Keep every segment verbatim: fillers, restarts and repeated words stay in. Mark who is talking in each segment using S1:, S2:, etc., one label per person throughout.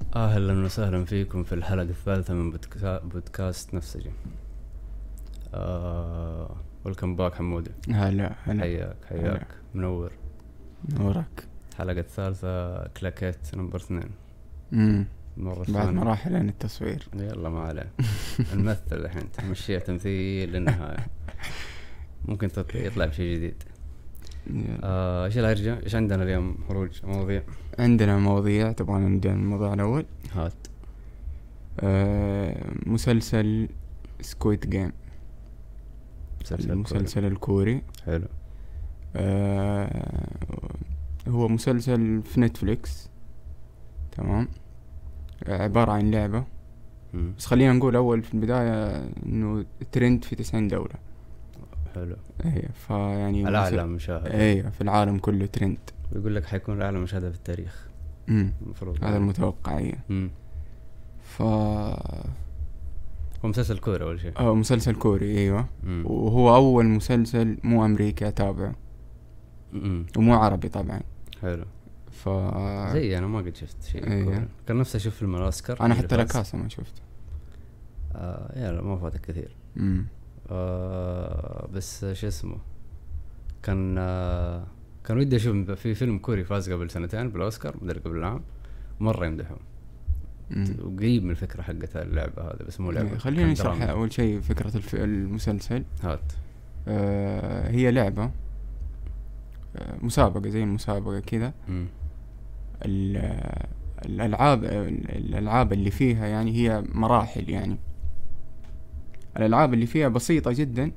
S1: أهلا وسهلا فيكم في الحلقة الثالثة من بودكا- بودكاست نفسجي. آه ولكم باك حمودي.
S2: هلا هلا
S1: حياك حياك منور.
S2: نورك.
S1: الحلقة الثالثة كلاكيت نمبر اثنين.
S2: امم
S1: المرة
S2: بعد
S1: الثانية
S2: مراحل عن التصوير.
S1: يلا ما عليه. نمثل الحين تمشيها تمثيل للنهاية. ممكن تط- يطلع بشيء جديد. آه، ايش اللي هيرجع؟ ايش عندنا اليوم؟ خروج مواضيع.
S2: عندنا مواضيع، طبعا نبدأ من الموضوع الأول.
S1: هات.
S2: آه مسلسل سكويد جيم،
S1: مسلسل
S2: المسلسل الكوري.
S1: حلو.
S2: آه هو مسلسل في نتفليكس، تمام. عبارة عن لعبة،
S1: مم.
S2: بس خلينا نقول أول في البداية إنه ترند في تسعين دولة.
S1: حلو.
S2: ايه فيعني
S1: الأعلى مشاهدة.
S2: ايه في العالم كله ترند.
S1: ويقول لك حيكون الأعلى مشاهدة في التاريخ.
S2: امم
S1: المفروض
S2: هذا المتوقع. ايه
S1: مم.
S2: ف
S1: هو مسلسل كوري أول شيء.
S2: اه مسلسل كوري، ايوه.
S1: مم.
S2: وهو اول مسلسل مو امريكي اتابعه،
S1: مم.
S2: ومو عربي طبعا.
S1: حلو.
S2: ف
S1: زي أنا ما قد شفت شيء
S2: إيه.
S1: كوري. كان نفسي أشوف فيلم الأوسكار.
S2: انا حتى لكاسة ما شفته.
S1: آه يلا ما فاتك كثير.
S2: امم
S1: آه بس شو اسمه كان آه كان ودي أشوف في فيلم كوري فاز قبل سنتين بالأوسكار، مدري قبل العام، مرة يمدحه. وقريب من الفكرة حقت اللعبة هذا، بس مو لعبة.
S2: خلينا نشرح اول شيء فكرة الف... المسلسل.
S1: هات.
S2: آه هي لعبة، آه مسابقة زي المسابقة كذا. الألعاب الألعاب اللي فيها يعني هي مراحل، يعني الألعاب اللي فيها بسيطة جدا،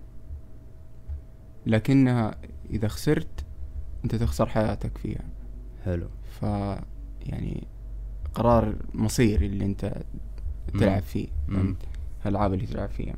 S2: لكنها إذا خسرت أنت تخسر حياتك فيها.
S1: حلو.
S2: ف يعني قرار مصيري اللي أنت تلعب فيه، الألعاب اللي تلعب فيها.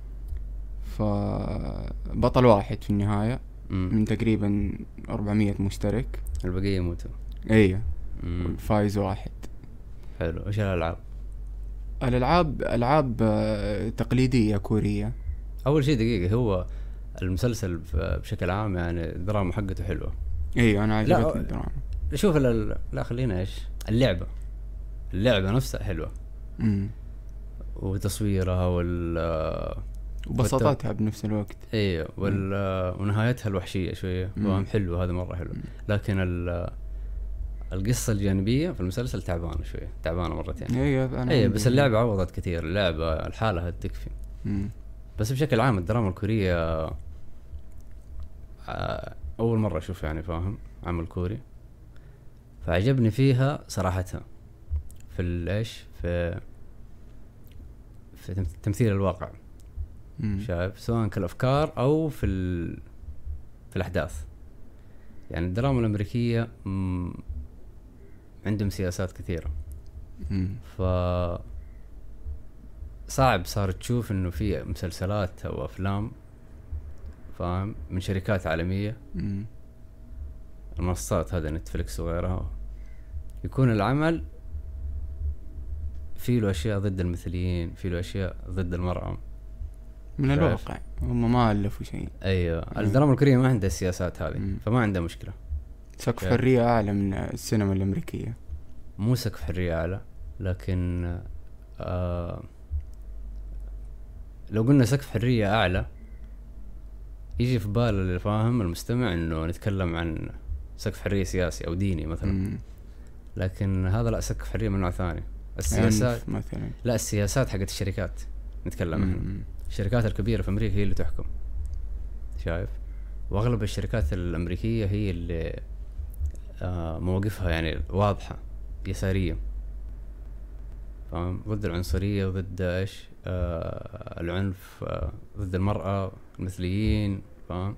S2: فبطل واحد في النهاية مم. من تقريبا أربعمية مشترك،
S1: البقية يموتوا.
S2: ايه والفايز واحد.
S1: حلو. ايش الألعاب؟
S2: الألعاب ألعاب تقليدية كورية.
S1: أول شيء دقيقة، هو المسلسل بشكل عام يعني الدراما حقته حلوة.
S2: ايوه انا عجبتني الدراما.
S1: شوف ال... لا خلينا ايش اللعبة اللعبة نفسها حلوة.
S2: امم
S1: وتصويرها وال
S2: وبساطتها والت... بنفس الوقت.
S1: ايوه وال... ونهايتها الوحشية شوية، فهم حلو، هذا مرة حلو. مم. لكن ال... القصة الجانبية في المسلسل تعبانة شوية، تعبانة مرتين.
S2: ايوه انا
S1: ايوه بس اللعبة عوضت كثير، اللعبة الحالة تكفي.
S2: مم.
S1: بس بشكل عام الدراما الكورية أول مرة أشوف يعني فاهم عمل كوري، فعجبني فيها صراحتها في الإيش في في تمثيل الواقع.
S2: مم.
S1: شايف سواء كالأفكار أو في ال... في الأحداث. يعني الدراما الأمريكية م... عندهم سياسات كثيرة.
S2: مم.
S1: ف صعب صار تشوف إنه في مسلسلات أو أفلام فاهم من شركات عالمية،
S2: مم.
S1: المنصات هذا نتفليكس وغيرها، يكون العمل فيه له أشياء ضد المثليين، فيه له أشياء ضد المرأة
S2: من الواقع. هم ما ألفوا شيء.
S1: أيوة. الدراما الكورية ما عندها السياسات هذه. مم. فما عندها مشكلة.
S2: سقف حرية أعلى من السينما الأمريكية.
S1: مو سقف حرية أعلى، لكن آه لو قلنا سقف حرية أعلى يجي في بال اللي فاهم المستمع إنه نتكلم عن سقف حرية سياسي أو ديني مثلا.
S2: مم.
S1: لكن هذا لا، سقف حرية من نوع ثاني. السياسات
S2: مثلا.
S1: لا، السياسات حقت الشركات نتكلم عنها. الشركات الكبيرة في أمريكا هي اللي تحكم، شايف. وأغلب الشركات الأمريكية هي اللي آه مواقفها يعني واضحة يسارية، فاهم، ضد العنصرية وضد إيش آه العنف، آه ضد المرأة المثليين، فاهم.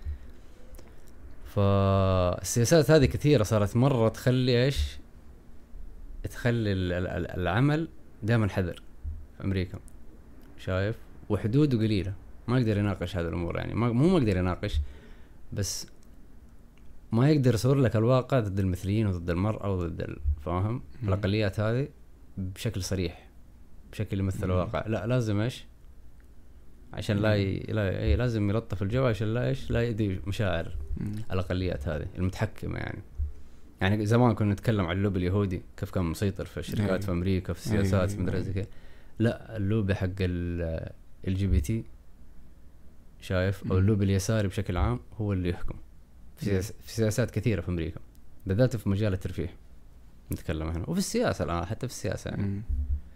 S1: فالسياسات هذه كثيرة صارت مرة تخلي إيش تخلي العمل دائما حذر في أمريكا، شايف. وحدوده قليلة، ما يقدر يناقش هذه الأمور. يعني ما مو ما يقدر يناقش، بس ما يقدر يصور لك الواقع ضد المثليين وضد المرأة وضد فاهم الأقليات هذه بشكل صريح، بشكل يمثل الواقع. لا لازم إيش عشان لا ي... لا أي لازم يلطف الجو عشان لا إيش لا يدي مشاعر الأقليات هذه المتحكمة يعني. يعني زمان كنا نتكلم عن اللوبي اليهودي كيف كان مسيطر في الشركات
S2: أيوة.
S1: في امريكا في
S2: أيوة،
S1: السياسات في
S2: أيوة،
S1: مدري زي كذا. لا اللوبي حق الجي بي تي شايف او
S2: مم.
S1: اللوبي اليساري بشكل عام هو اللي يحكم في, سياس في سياسات كثيره في امريكا، بالذات في مجال الترفيه نتكلم هنا، وفي السياسه الان حتى في السياسه يعني.
S2: مم.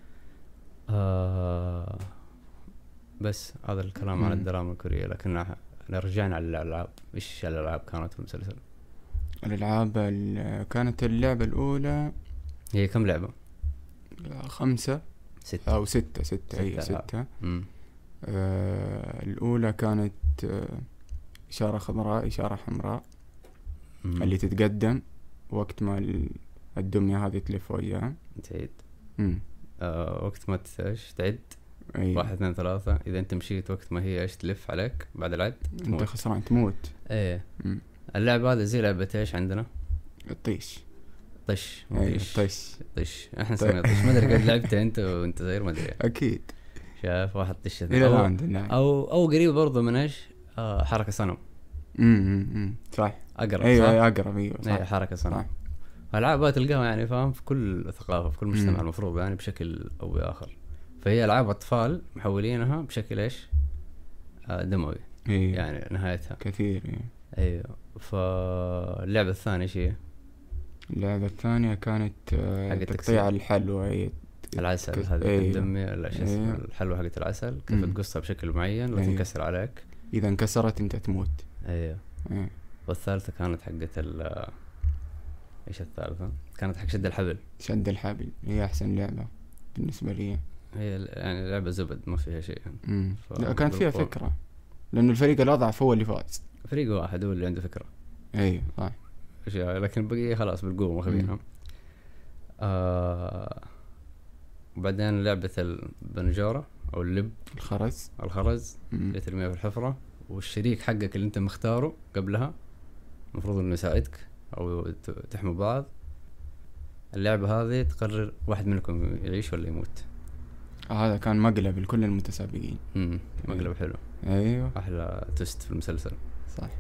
S1: آه بس هذا الكلام عن
S2: مم.
S1: الدراما الكورية. لكن رجعنا على الألعاب، إيش الألعاب كانت في المسلسل؟
S2: الألعاب ال- كانت اللعبة الأولى
S1: هي كم لعبة؟
S2: خمسة
S1: ستة
S2: أو ستة ستة أي
S1: ستة ألعاب.
S2: ستة.
S1: مم.
S2: آه الأولى كانت آه إشارة خضراء إشارة حمراء،
S1: مم.
S2: اللي تتقدم وقت ما ال- الدمية هذه تلف وياها.
S1: تعيد.
S2: مم.
S1: آه وقت ما ت- إيش تعد
S2: أي
S1: واحد اثنين ثلاثة، إذا أنت مشيت وقت ما هي إيش تلف عليك بعد العد
S2: أنت
S1: تموت.
S2: خسران تموت.
S1: إيه
S2: مم.
S1: اللعبة هذه زي لعبة إيش عندنا؟
S2: الطيش.
S1: طش
S2: أي
S1: طش
S2: الطيش
S1: طش إحنا
S2: طيب.
S1: نسميها طش، ما أدري قد لعبتها أنت وأنت صغير ما أدري.
S2: أكيد
S1: شايف واحد طش
S2: إلى
S1: أو,
S2: الآن نلعب.
S1: أو أو قريب برضه من إيش آه حركة صنم.
S2: مم، مم، صح.
S1: أقرب
S2: أيوة
S1: صح؟
S2: أيوة أقرب أيوة
S1: ايه
S2: صح.
S1: حركة صنع.
S2: صح.
S1: ألعاب تلقاها يعني فاهم في كل ثقافة في كل مجتمع
S2: مم.
S1: المفروض يعني بشكل أو بآخر. فهي ألعاب أطفال محولينها بشكل إيش آه دموي
S2: أيوة.
S1: يعني نهايتها.
S2: كثير أيوة.
S1: أيوه. فاللعبة الثانية إيش هي؟
S2: اللعبة الثانية كانت آه،
S1: حق
S2: تقطيع
S1: التكسير.
S2: الحلوى. أي
S1: العسل
S2: كس-
S1: هذه
S2: أيوه.
S1: الدمية ولا شو اسمه
S2: أيوه.
S1: الحلوى حقت العسل كيف
S2: مم.
S1: تقصها بشكل معين لا
S2: أيوه.
S1: تنكسر عليك.
S2: إذا انكسرت أنت تموت.
S1: أيوه.
S2: أيوة.
S1: والثالثة كانت حقت ال إيش الثالثة؟ كانت حق شد الحبل.
S2: شد الحبل هي أحسن لعبة بالنسبة لي.
S1: هي يعني لعبة زبد ما فيها شيء يعني.
S2: مم.
S1: ف-
S2: لا كان فيها
S1: بالقوة.
S2: فكرة، لأنه الفريق الأضعف هو اللي فاز.
S1: فريق واحد هو اللي عنده فكرة.
S2: أيوة صح.
S1: أشياء لكن البقية خلاص بالقوة ماخذينها. آه وبعدين لعبة البنجارة أو اللب
S2: الخرز.
S1: الخرز
S2: مم.
S1: اللي ترميها في الحفرة، والشريك حقك اللي أنت مختاره قبلها المفروض إنه يساعدك أو ت- تحموا بعض. اللعبة هذه تقرر واحد منكم يعيش ولا يموت.
S2: هذا كان مقلب لكل المتسابقين.
S1: امم مقلب حلو،
S2: أيوة
S1: أحلى توست في المسلسل.
S2: صح.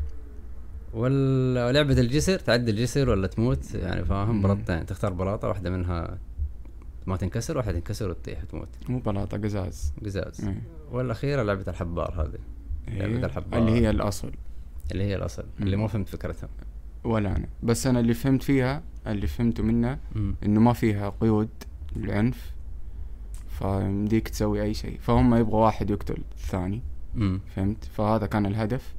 S1: ولعبة الجسر تعدي الجسر ولا تموت يعني فاهم.
S2: مم.
S1: بلاطتين تختار بلاطة واحدة منها ما تنكسر واحدة تنكسر وتطيح تموت.
S2: مو بلاطة قزاز.
S1: قزاز.
S2: أيوة.
S1: والأخيرة لعبة الحبار هذه لعبة
S2: أيوة.
S1: الحبار
S2: اللي هي الأصل.
S1: اللي هي الأصل
S2: مم.
S1: اللي ما فهمت فكرتها.
S2: ولا أنا، بس أنا اللي فهمت فيها اللي فهمته منها
S1: مم.
S2: إنه ما فيها قيود للعنف، فمديك تسوي أي شيء، فهم يبغوا واحد يقتل الثاني.
S1: مم.
S2: فهمت؟ فهذا كان الهدف.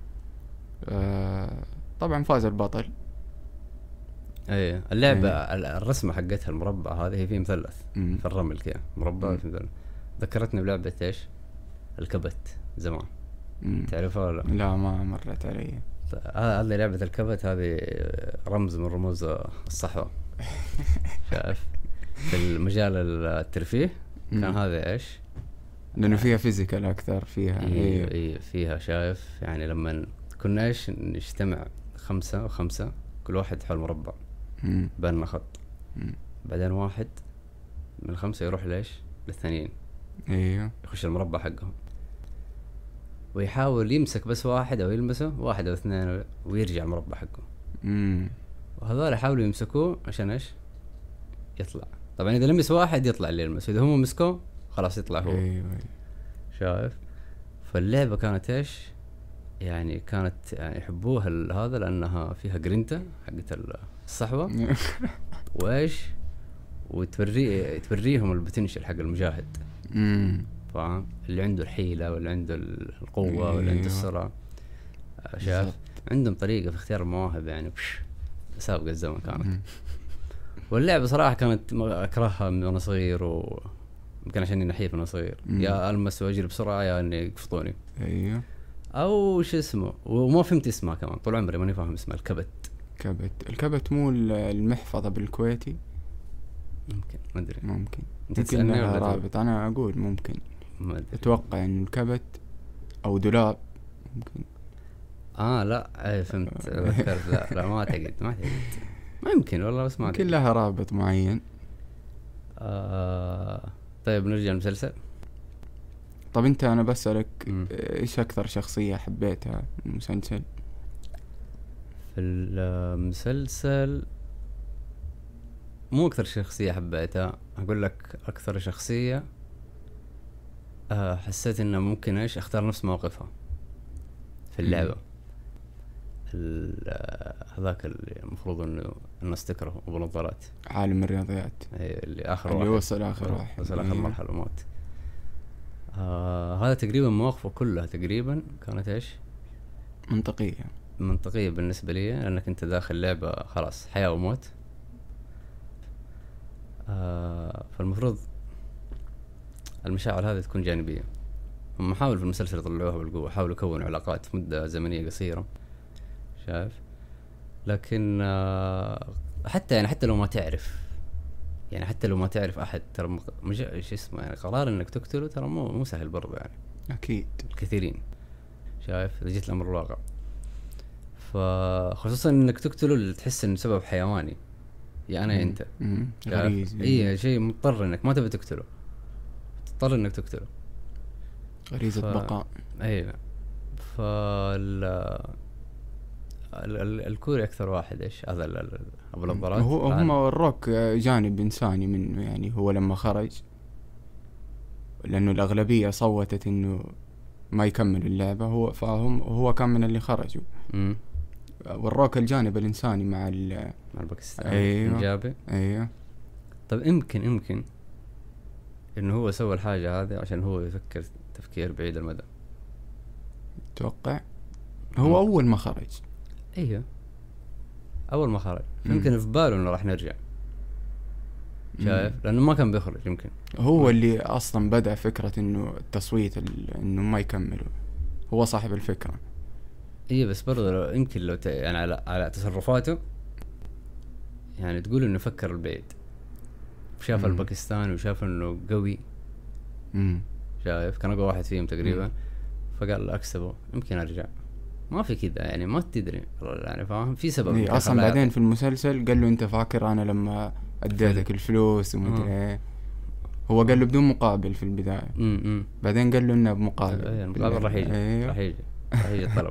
S2: آه طبعا فاز البطل.
S1: ايه اللعبة
S2: أيه.
S1: ال- الرسمة حقتها المربع هذه هي في مثلث
S2: مم.
S1: في الرمل كذا مربع
S2: مم.
S1: في مثلث. ذكرتني بلعبة ايش الكبت زمان.
S2: مم.
S1: تعرفها ولا؟
S2: لا ما مرت علي.
S1: هذه هذه لعبة الكبت هذه رمز من رموز الصحوة. شايف في المجال الترفيه كان
S2: مم.
S1: هذا ايش
S2: لأنه فيها فيزيكال أكثر فيها.
S1: إيه
S2: أيوه.
S1: إيه فيها شايف يعني لما كنا ايش نجتمع خمسة وخمسة كل واحد حول مربع
S2: مم.
S1: بيننا خط،
S2: مم.
S1: بعدين واحد من الخمسة يروح ليش للثانيين
S2: أيوه.
S1: يخش المربع حقهم ويحاول يمسك بس واحد او يلمسه واحد او اثنين ويرجع المربع حقه.
S2: مم.
S1: وهذول يحاولوا يمسكوه عشان ايش يطلع. طبعا اذا لمس واحد يطلع اللي يلمس، اذا هم مسكوه خلاص يطلع هو.
S2: أيوه.
S1: شايف. فاللعبة كانت ايش يعني كانت يعني يحبوها ال- هذا لانها فيها جرينتا حقت الصحوة وايش وتوري توريهم البوتنشل حق المجاهد.
S2: مم.
S1: فاهم اللي عنده الحيلة واللي عنده القوة واللي عنده
S2: أيوه.
S1: السرعة. شايف
S2: بالضبط.
S1: عندهم طريقة في اختيار المواهب يعني بش سابقة الزمن كانت.
S2: مم.
S1: واللعبة صراحة كانت م- أكرهها من وأنا صغير، ويمكن عشان إني نحيف وأنا صغير.
S2: مم.
S1: يا ألمس وأجري بسرعة يا إني يقفطوني
S2: أيوه.
S1: أو شو اسمه. وما فهمت اسمها كمان طول عمري ماني فاهم اسمها الكبت.
S2: كبت. الكبت مو ال- المحفظة بالكويتي.
S1: يمكن ما أدري.
S2: ممكن.
S1: أنت
S2: يمكن
S1: تسألني
S2: لها
S1: ولا تقول؟
S2: رابط. أنا أقول ممكن.
S1: ما أدري.
S2: أتوقع إن الكبت أو دولاب ممكن.
S1: آه لا أي فهمت ذكرت. لا لا ما أعتقد ما أعتقد ما يمكن والله بس ما
S2: يمكن
S1: أدري.
S2: لها رابط معين.
S1: آه طيب نرجع للمسلسل.
S2: طب أنت أنا بسألك
S1: مم.
S2: إيش أكثر شخصية حبيتها في المسلسل؟
S1: في في المسلسل مو أكثر شخصية حبيتها، أقول لك أكثر شخصية آه حسيت إنه ممكن إيش أختار نفس موقفها في اللعبة. هذاك اللي المفروض إنه الناس تكرهه أبو نظارات،
S2: عالم الرياضيات،
S1: اللي آخر
S2: اللي
S1: واحد
S2: وصل آخر واحد،
S1: وصل آخر
S2: إيه.
S1: مرحلة موت. آه هذا تقريبا مواقفه كلها تقريبا كانت إيش
S2: منطقية
S1: منطقية بالنسبة لي، لأنك أنت داخل لعبة خلاص حياة وموت. آه فالمفروض المشاعر هذه تكون جانبية. هم حاولوا في المسلسل يطلعوها بالقوة، حاولوا يكونوا علاقات في مدة زمنية قصيرة، شايف؟ لكن آه حتى يعني حتى لو ما تعرف يعني حتى لو ما تعرف أحد، ترى مج... مش إيش اسمه يعني قرار إنك تقتله ترى مو مو سهل برضه يعني.
S2: أكيد
S1: الكثيرين، شايف؟ إذا جيت الأمر الواقع، فخصوصا إنك تقتله اللي تحس إنه سبب حيواني، يعني أنا أنت
S2: غريزي،
S1: إيه شيء مضطر إنك ما تبي تقتله، تضطر إنك تقتله،
S2: غريزة
S1: ف...
S2: بقاء.
S1: أيه. فال ال... ال... الكوري أكثر واحد إيش هذا ال... ال... أبو النظارات.
S2: هو هم وروك جانب إنساني منه يعني. هو لما خرج، لأنه الأغلبية صوتت إنه ما يكمل اللعبة، هو فهم هو كان من اللي خرجوا.
S1: امم
S2: وروك الجانب الإنساني مع ال
S1: مع الباكستان.
S2: أيوة.
S1: إيجابي.
S2: أيوة.
S1: طب يمكن يمكن إنه هو سوى الحاجة هذه عشان هو يفكر تفكير بعيد المدى.
S2: توقع هو أول ما خرج.
S1: ايوه اول ما خرج يمكن في باله انه راح نرجع، شايف؟ لانه ما كان بيخرج. يمكن
S2: هو
S1: مم.
S2: اللي اصلا بدأ فكرة انه التصويت انه ما يكملوا، هو صاحب الفكرة.
S1: ايه بس برضه لو يمكن لو ت... يعني على على تصرفاته يعني تقول انه فكر البعيد، شاف
S2: مم.
S1: الباكستان وشاف انه قوي،
S2: مم.
S1: شايف؟ كان اقوى واحد فيهم تقريبا. مم. فقال اكسبه يمكن ارجع. ما في كذا يعني، ما تدري يعني، فاهم؟ في سبب.
S2: إيه اصلا بعدين في المسلسل قال له انت فاكر انا لما اديتك الفلوس ومدري ايه. هو قال له بدون مقابل في البداية.
S1: امم
S2: بعدين قال له انه بمقابل.
S1: ايه المقابل راح يجي.
S2: أيوه.
S1: راح يجي راح يجي الطلب.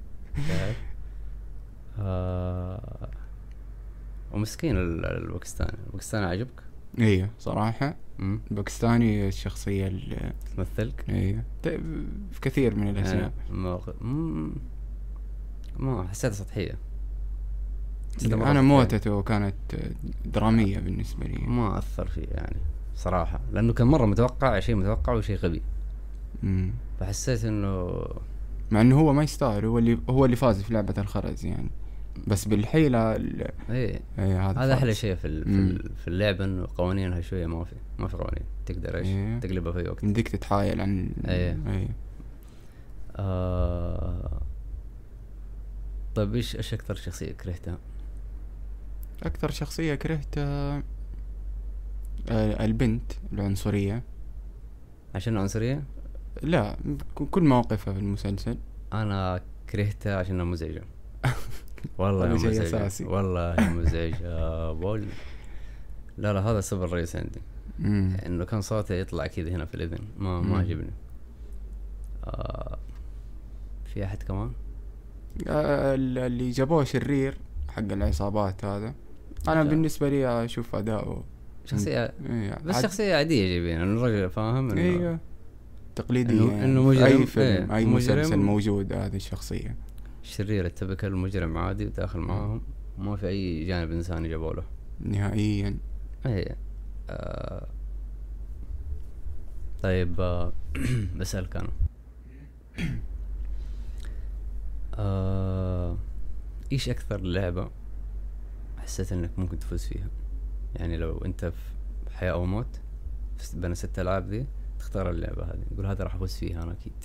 S1: آه ومسكين الباكستاني. الباكستاني عجبك؟
S2: ايوه صراحة.
S1: امم
S2: الباكستاني الشخصية اللي
S1: تمثلك؟
S2: ايوه في كثير من الاشياء.
S1: يعني ما مم... ما حسيتها سطحية.
S2: انا موتته كانت درامية بالنسبة لي،
S1: ما اثر فيه يعني صراحة، لانه كان مرة متوقع شيء متوقع وشيء غبي.
S2: امم
S1: فحسيت انه
S2: مع انه هو ما يستاهل، هو اللي هو اللي فاز في لعبة الخرز يعني، بس بالحيلة ال...
S1: ايه,
S2: ايه هذا
S1: هذا احلى شيء في ال... في,
S2: مم.
S1: ال... في اللعبة، انه قوانينها شوية ما في ما في قوانين، تقدر ايش
S2: ايه.
S1: تقلبها في وقت.
S2: يمديك تتحايل عن
S1: ايه,
S2: ايه.
S1: آه... طيب ايش ايش اكثر شخصية كرهتها؟
S2: اكثر شخصية كرهتها آه البنت العنصرية.
S1: عشان عنصرية؟
S2: لا، كل موقفها في المسلسل
S1: انا كرهتها عشان مزعجة. والله
S2: مزعجة
S1: مزعجة
S2: اساسي.
S1: والله مزعجة بول. لا لا هذا السبب الرئيسي عندي.
S2: مم.
S1: انه كان صوته يطلع كذا هنا في الاذن، ما ما عجبني. آه في احد كمان
S2: آه اللي جابوه شرير حق العصابات هذا، انا
S1: لا.
S2: بالنسبة لي اشوف اداؤه
S1: شخصية
S2: إيه
S1: بس
S2: عاد...
S1: شخصية عادية جايبين انه الرجل فاهم انه
S2: ايوه تقليدية
S1: إنه
S2: يعني.
S1: إنه مجرم.
S2: اي فيلم
S1: إيه
S2: اي
S1: مجرم.
S2: مسلسل موجود هذه الشخصية
S1: الشرير التبكل المجرم عادي وداخل معاهم، ما في اي جانب انساني جابوا له
S2: نهائيا.
S1: ايه. آه طيب آه بسألك انا آه ايش اكثر لعبة حسيت انك ممكن تفوز فيها؟ يعني لو انت في حياة او موت بين الست العاب دي تختار اللعبة هذه، تقول هذا راح افوز فيها انا اكيد.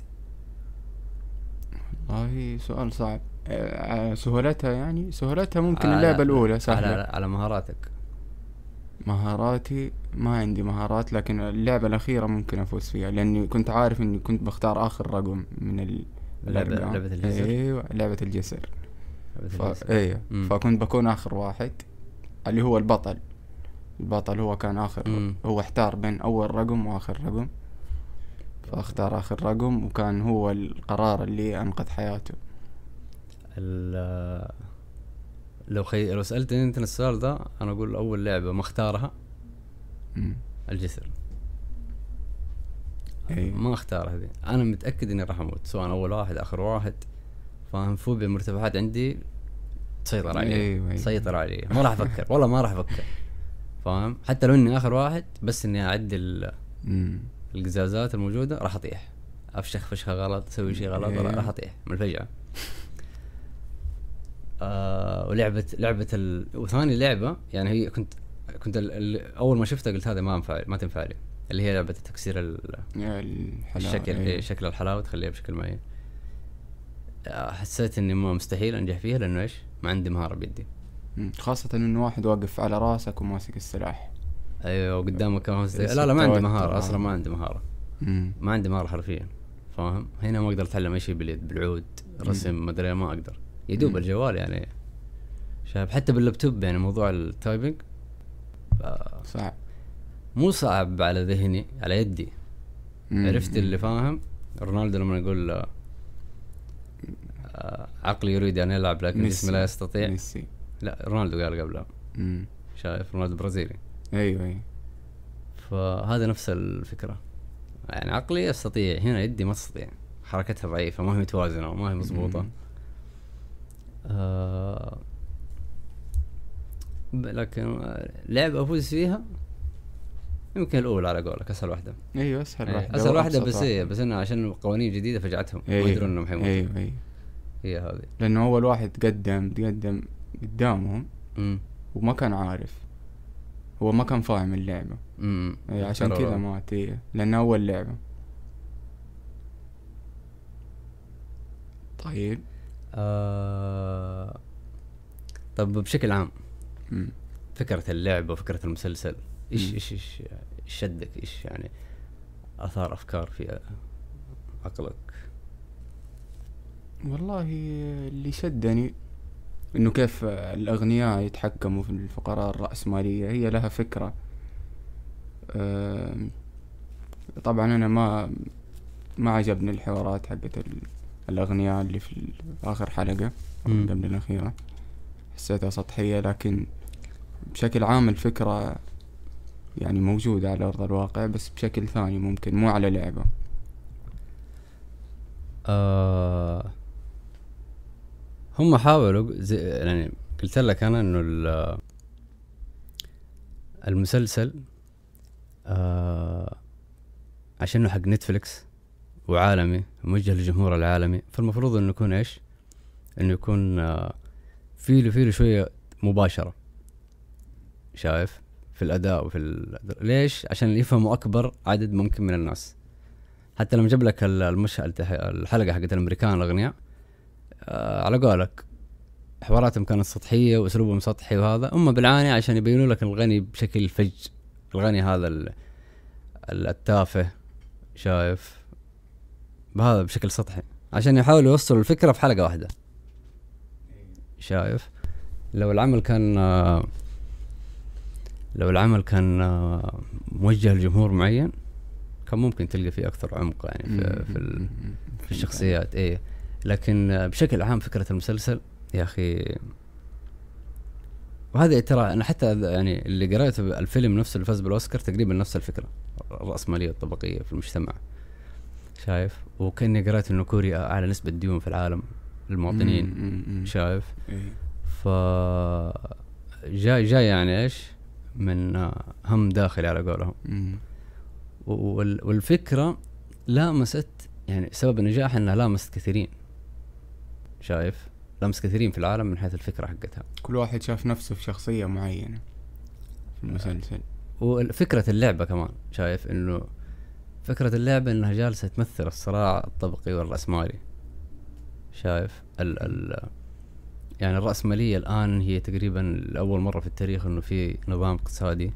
S2: والله سؤال صعب. أه سهولتها يعني سهولتها ممكن
S1: على
S2: اللعبة الأولى سهلة.
S1: على, على مهاراتك.
S2: مهاراتي ما عندي مهارات، لكن اللعبة الأخيرة ممكن أفوز فيها لأني كنت عارف إني كنت بختار آخر رقم من ال...
S1: لعبة, لعبة الجسر.
S2: أيوة لعبة الجسر.
S1: لعبة
S2: ف...
S1: الجسر.
S2: أيوة
S1: مم.
S2: فكنت بكون آخر واحد، اللي هو البطل. البطل هو كان آخر.
S1: مم.
S2: هو احتار بين أول رقم وآخر رقم، فاختار آخر رقم، وكان هو القرار اللي أنقذ حياته.
S1: ال لو خي... لو سألتني انت السؤال ده انا اقول اول لعبة ما اختارها
S2: مم.
S1: الجسر.
S2: ايوه
S1: ما اختارها دي، انا متأكد اني راح اموت سواء اول واحد اخر واحد. فاهم؟ فوبيا المرتفعات عندي تسيطر علي.
S2: أيوة أيوة.
S1: تسيطر علي، ما راح افكر والله ما راح افكر. فاهم؟ حتى لو اني اخر واحد بس اني اعدي ال-
S2: مم.
S1: القزازات الموجودة راح اطيح، افشخ فشخة غلط، اسوي شيء غلط
S2: أيوة.
S1: راح اطيح من الفجعة. آه ولعبة لعبة ال... وثاني لعبة يعني هي كنت كنت ال... ال... اول ما شفتها قلت هذا ما ينفع ما تنفع لي، اللي هي لعبة تكسير ال...
S2: يا الحلاوة.
S1: الشكل
S2: أيوة.
S1: إيه شكل الحلاوة تخليها بشكل معين. آه حسيت اني ما مستحيل انجح فيها لانه ايش ما عندي مهارة بيدي.
S2: مم. خاصة انه واحد واقف على راسك وماسك السلاح.
S1: ايوه وقدامك كمان مست...
S2: يصير
S1: لا لا ما عندي
S2: توتر.
S1: مهارة اصلا، ما عندي مهارة.
S2: مم.
S1: ما عندي مهارة حرفيا. فاهم؟ هنا ما اقدر اتعلم اي شيء باليد، بالعود، رسم، ما ادري، ما اقدر. يدوب
S2: مم.
S1: الجوال يعني شايف، حتى باللابتوب يعني موضوع التايبنج آه
S2: صعب.
S1: مو صعب على ذهني، على يدي.
S2: مم.
S1: عرفت اللي
S2: مم.
S1: فاهم رونالدو لما يقول آه آه عقلي يريد ان يلعب لكن
S2: ميسي.
S1: جسمي لا يستطيع.
S2: ميسي.
S1: لا رونالدو قال قبلها.
S2: مم.
S1: شايف؟ رونالدو برازيلي.
S2: ايوه ايوه.
S1: فهذا نفس الفكرة، يعني عقلي يستطيع، هنا يدي ما تستطيع، حركتها ضعيفة، ما هي متوازنة وما هي مضبوطة.
S2: مم.
S1: آه ب- لكن آه، لعبة أفوز فيها يمكن الأولى على قولك، أسهل واحدة.
S2: ايوه اسهل
S1: إيه،
S2: واحدة.
S1: أسهل واحدة،
S2: وأبسط
S1: بس
S2: واحدة.
S1: هي بس إنه عشان قوانين جديدة فجعتهم ما
S2: أيوة.
S1: يدرون إنهم حيموتوا.
S2: ايوه ايوه.
S1: هي هذه.
S2: لانه اول واحد تقدم تقدم قدامهم
S1: امم
S2: وما كان عارف، هو ما كان فاهم اللعبة.
S1: امم
S2: أي عشان
S1: ترى-
S2: كذا مات. إيه لأنه أول لعبة. طيب.
S1: آه... طب بشكل عام
S2: مم.
S1: فكرة اللعبة وفكرة المسلسل ايش
S2: مم.
S1: ايش ايش إيش شدك؟ ايش يعني اثار افكار في عقلك؟
S2: والله اللي شدني انه كيف الاغنياء يتحكموا في الفقراء الرأسمالية. هي لها فكرة. أم، طبعا انا ما ما عجبني الحوارات حقت ال- الاغنياء اللي في ال- اخر حلقة
S1: مم.
S2: قبل الاخيرة. حسيتها سطحية، لكن بشكل عام الفكرة يعني موجودة على ارض الواقع، بس بشكل ثاني ممكن مو على لعبة.
S1: آه... هم حاولوا زي يعني قلت لك انا انه ال- المسلسل آه... عشانه حق نتفليكس وعالمي موجه للجمهور العالمي، فالمفروض انه يكون ايش؟ انه يكون آه فيه له فيه له شويه مباشره. شايف؟ في الاداء وفي ال... ليش؟ عشان يفهموا اكبر عدد ممكن من الناس. حتى لما جاب لك ال- المش... الحلقه حقت الامريكان الاغنياء آه على قولك حواراتهم كانت سطحيه واسلوبهم سطحي، وهذا هم بالعاني عشان يبينوا لك الغني بشكل فج، الغني هذا ال... ال- التافه. شايف؟ بهذا بشكل سطحي عشان يحاولوا يوصلوا الفكرة في حلقة واحدة. شايف؟ لو العمل كان لو العمل كان موجه لجمهور معين كان ممكن تلقى فيه أكثر عمق يعني في في, ال... في الشخصيات. إيه لكن بشكل عام فكرة المسلسل يا أخي، وهذا ترى أنا حتى يعني اللي قرأته الفيلم نفسه اللي فاز بالأوسكار تقريبا نفس الفكرة، الرأسمالية الطبقية في المجتمع. شايف؟ وكأني قرأت إنه كوريا أعلى نسبة ديون في العالم للمواطنين. شايف؟ ف جاي جاي يعني إيش من هم داخلي على قولهم. وال... والفكرة لامست يعني سبب النجاح إنها لامست كثيرين. شايف؟ لامست كثيرين في العالم من حيث الفكرة حقتها.
S2: كل واحد شاف نفسه في شخصية معينة في المسلسل.
S1: وفكرة اللعبة كمان شايف إنه فكرة اللعبة إنها جالسة تمثل الصراع الطبقي والرأسمالي. شايف؟ ال ال يعني الرأسمالية الآن هي تقريبا لأول مرة في التاريخ إنه في نظام اقتصادي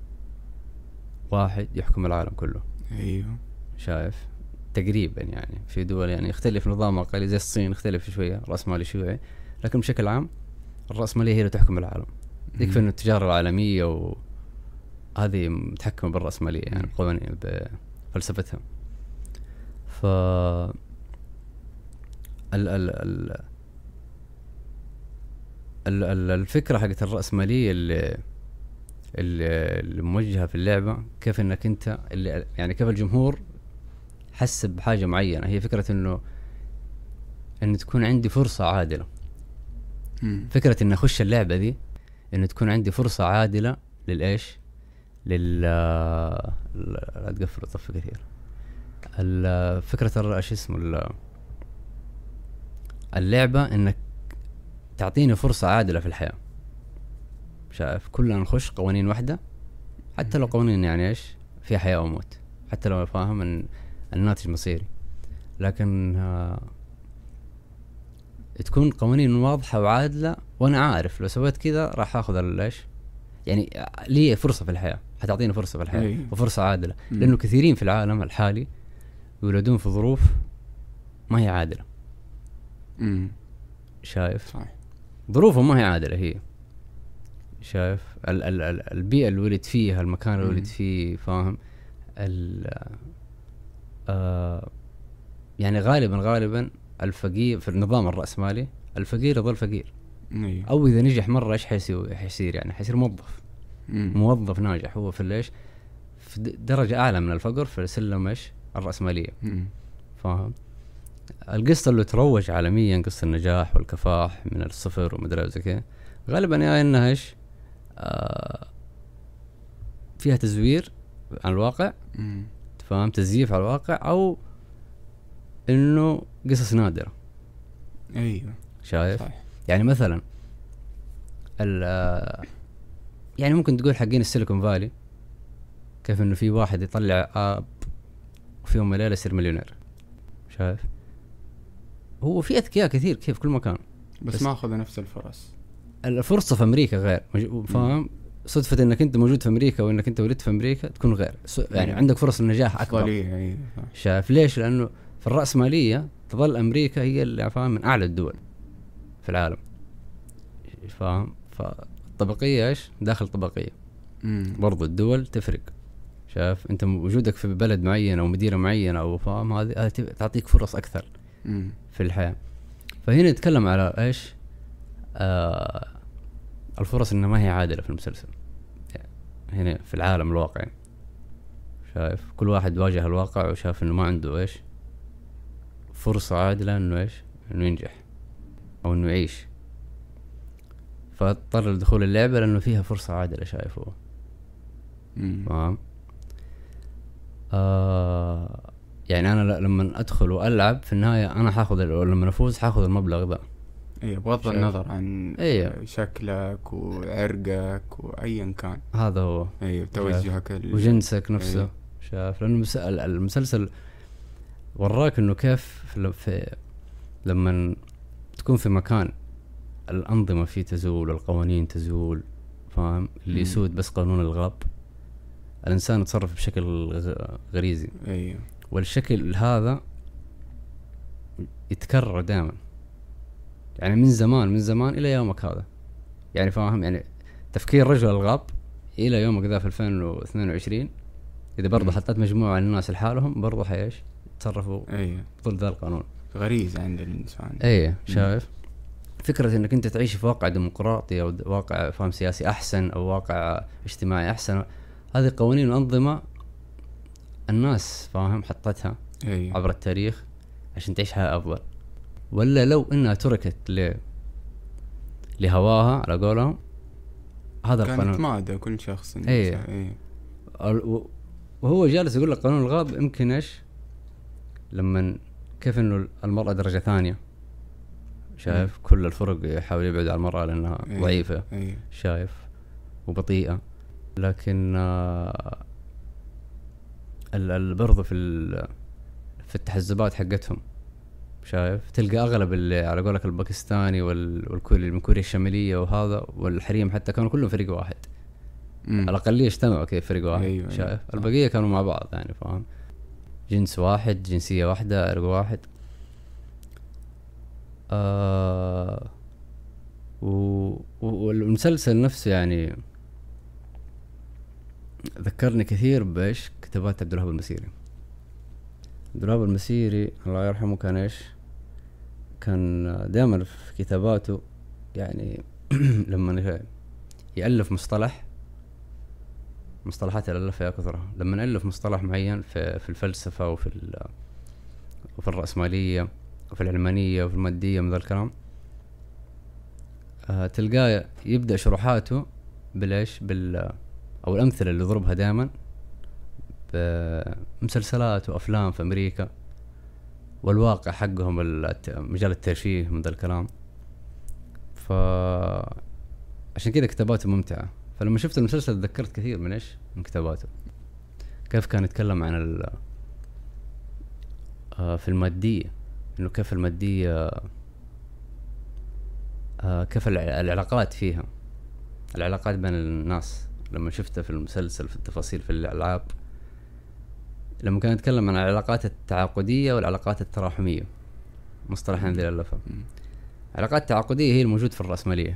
S1: واحد يحكم العالم كله.
S2: أيوه.
S1: شايف؟ تقريبا يعني في دول يعني يختلف نظامها قليل، زي الصين يختلف شوية، رأسمالي شيوعي، لكن بشكل عام الرأسمالية هي اللي تحكم العالم. يكفي إنه التجارة العالمية وهذه متحكمة بالرأسمالية يعني بقوانين بفلسفتها. ف ال ال ال ال- ال- الفكرة حقت الرأسمالية اللي اللي اللي موجهة في اللعبة، كيف انك انت اللي يعني كيف الجمهور حس بحاجة معينة، هي فكرة انه ان تكون عندي فرصة عادلة.
S2: مم.
S1: فكرة ان اخش اللعبة دي ان تكون عندي فرصة عادلة للايش، لل لا تقفل الطف كثير. ال- فكرة الر- ايش اسمه ال- اللعبة انك تعطيني فرصة عادلة في الحياة. شايف كلنا نخش قوانين واحدة، حتى لو قوانين يعني ايش فيها حياة وموت، حتى لو فاهم ان الناتج مصيري، لكن آه تكون قوانين واضحة وعادلة، وانا عارف لو سويت كذا راح اخذ الايش، يعني لي فرصة في الحياة، حتعطيني فرصة في الحياة
S2: أيه.
S1: وفرصة عادلة.
S2: مم.
S1: لانه كثيرين في العالم الحالي يولدون في ظروف ما هي عادلة.
S2: مم.
S1: شايف
S2: صح.
S1: ظروفهم ما هي عادلة هي. شايف ال ال ال البيئة اللي ولد فيها، المكان اللي
S2: مم.
S1: ولد فيه، فاهم ال آه يعني غالبا غالبا الفقير في النظام الرأسمالي، الفقير يظل فقير،
S2: أيه.
S1: او اذا نجح مرة ايش حيصير حيصير يعني حيصير موظف.
S2: مم.
S1: موظف ناجح هو في ليش في د- درجة اعلى من الفقر في سلم ايش الرأسمالية.
S2: مم.
S1: فاهم القصة اللي تروج عالميا، قصة النجاح والكفاح من الصفر ومدري زي كذا، غالبا يا انها ايش آه فيها تزوير عن الواقع،
S2: مم.
S1: فاهم تزييف على الواقع، او انه قصص نادرة.
S2: ايوه
S1: شايف
S2: صح.
S1: يعني مثلا ال آه، يعني ممكن تقول حقين السيليكون فالي كيف انه في واحد يطلع اب وفي يوم وليلة يصير مليونير. شايف هو في اذكياء كثير كيف كل مكان،
S2: بس,
S1: بس
S2: ما اخذ نفس الفرص.
S1: الفرصة في امريكا غير مج- فاهم صدفة انك انت موجود في امريكا وانك انت ولدت في امريكا تكون غير، س- يعني
S2: مم.
S1: عندك فرص النجاح اكبر.
S2: أفضلية. ايوه صح.
S1: شايف ليش؟ لانه في الرأسمالية تظل امريكا هي اللي فاهم من اعلى الدول في العالم، فاهم فالطبقية ايش داخل طبقية.
S2: مم.
S1: برضو الدول تفرق. شايف انت وجودك في بلد معين او مدينة معينة او فاهم هذه هذه تعطيك فرص اكثر
S2: مم.
S1: في الحياة. فهنا نتكلم على ايش آه الفرص انها ما هي عادلة في المسلسل هنا في العالم الواقعي. شايف كل واحد واجه الواقع وشاف انه ما عنده ايش فرصة عادلة انه ايش انه ينجح او انه يعيش، فاضطر لدخول اللعبة لانه فيها فرصة عادلة. شايفه
S2: مم.
S1: تمام. آه يعني انا ل- لما ادخل والعب في النهاية انا حاخذ ال- لما افوز حاخذ المبلغ ده.
S2: ايوه بغض
S1: شايف.
S2: النظر عن
S1: ايوه
S2: شكلك وعرقك وايا كان.
S1: هذا هو
S2: ايوه توجهك ال...
S1: وجنسك نفسه.
S2: أيوه.
S1: شايف لانه المس- ال- المسلسل وراك انه كيف في, في لما تكون في مكان الأنظمة فيه تزول والقوانين تزول، فاهم اللي
S2: مم.
S1: يسود بس قانون الغاب، الإنسان يتصرف بشكل غ- غريزي،
S2: ايوه
S1: والشكل هذا يتكرر دائما يعني من زمان من زمان إلى يومك هذا. يعني فاهم يعني تفكير رجل الغاب إلى يومك ذا في ألفين واثنين وعشرين إذا برضه
S2: مم.
S1: حطيت مجموعة من الناس لحالهم برضه حيش يتصرفوا
S2: ايوه
S1: ضد ذا القانون.
S2: غريزة عند الانسان.
S1: ايه شايف فكرة انك انت تعيش في واقع ديمقراطي او د- واقع فاهم سياسي احسن او واقع اجتماعي احسن، هذه قوانين وانظمة الناس فاهم حطتها
S2: ايوه
S1: عبر التاريخ عشان تعيش حياة افضل، ولا لو انها تركت ل لهواها على قولهم هذا
S2: كانت
S1: القانون.
S2: مادة كل شخص.
S1: ايه.
S2: ايه
S1: ال- و- وهو جالس يقول لك قانون الغاب يمكن ايش لما كيف انه المرأة درجة ثانية. شايف
S2: مم.
S1: كل الفرق يحاول يبعد عن المرأة لأنها
S2: أيه.
S1: ضعيفة.
S2: ايه
S1: شايف وبطيئة، لكن آه ال- ال- برضو في ال- في التحزبات حقتهم شايف تلقى أغلب اللي على قولك الباكستاني وال- والكوري من كوريا الشمالية وهذا والحريم حتى كانوا كلهم فريق واحد.
S2: مم.
S1: الأقلية اجتمعوا كيف فريق واحد.
S2: أيوة
S1: شايف
S2: أيوة.
S1: البقية كانوا مع بعض يعني فاهم جنس واحد جنسية واحدة عرق واحد. آه و... و- والمسلسل نفسه يعني ذكرني كثير بايش كتابات عبد الوهاب المسيري. عبد الوهاب المسيري الله يرحمه كان ايش كان دائما في كتاباته يعني لما يألف مصطلح، مصطلحات اللي ألفها كثرها، لما ألف مصطلح معين في في الفلسفة وفي وفي الرأسمالية وفي العلمانية وفي المادية من ذا الكلام، آه تلقاه يبدأ شروحاته بالإيش بال أو الأمثلة اللي يضربها دائما بمسلسلات وأفلام في أمريكا والواقع حقهم مجال الترفيه من ذا الكلام. ف عشان كذا كتاباته ممتعة. فلما شفت المسلسل تذكرت كثير من إيش من كتاباته، كيف كان يتكلم عن ال آه في المادية، إنه كيف المادية آه كيف العلاقات فيها، العلاقات بين الناس. لما شفته في المسلسل في التفاصيل في الألعاب، لما كان يتكلم عن العلاقات التعاقدية والعلاقات التراحمية، مصطلحين ذي الألفة. العلاقات التعاقدية هي الموجود في الرأسمالية،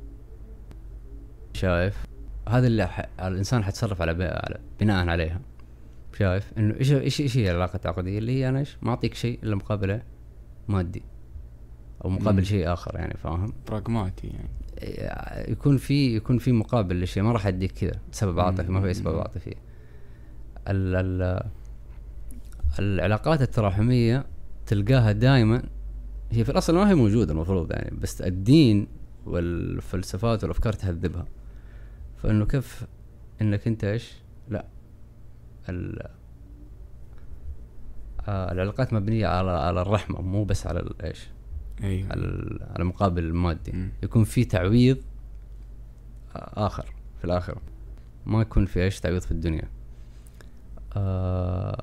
S1: شايف؟ هذا اللي ح... الإنسان حتصرف على, ب... على بناء عليها. شايف إنه إيش إيش إيش هي العلاقة التعاقدية؟ اللي هي أنا إيش ما أعطيك شيء إلا مقابله مادي أو مقابل شيء آخر، يعني فاهم؟
S2: براغماتي يعني.
S1: يكون في يكون في مقابل لشيء، ما راح أديك كذا سبب عاطفي، ما في سبب عاطفي. ال... ال... العلاقات التراحمية تلقاها دائما هي في الأصل ما هي موجودة المفروض يعني، بس الدين والفلسفات والأفكار تهذبها. فإنه كيف إنك أنت إيش لا آه العلاقات مبنية على على الرحمة، مو بس على الإيش
S2: أيوة.
S1: على على المقابل المادي.
S2: م.
S1: يكون في تعويض آخر في الآخرة، ما يكون في إيش تعويض في الدنيا. آه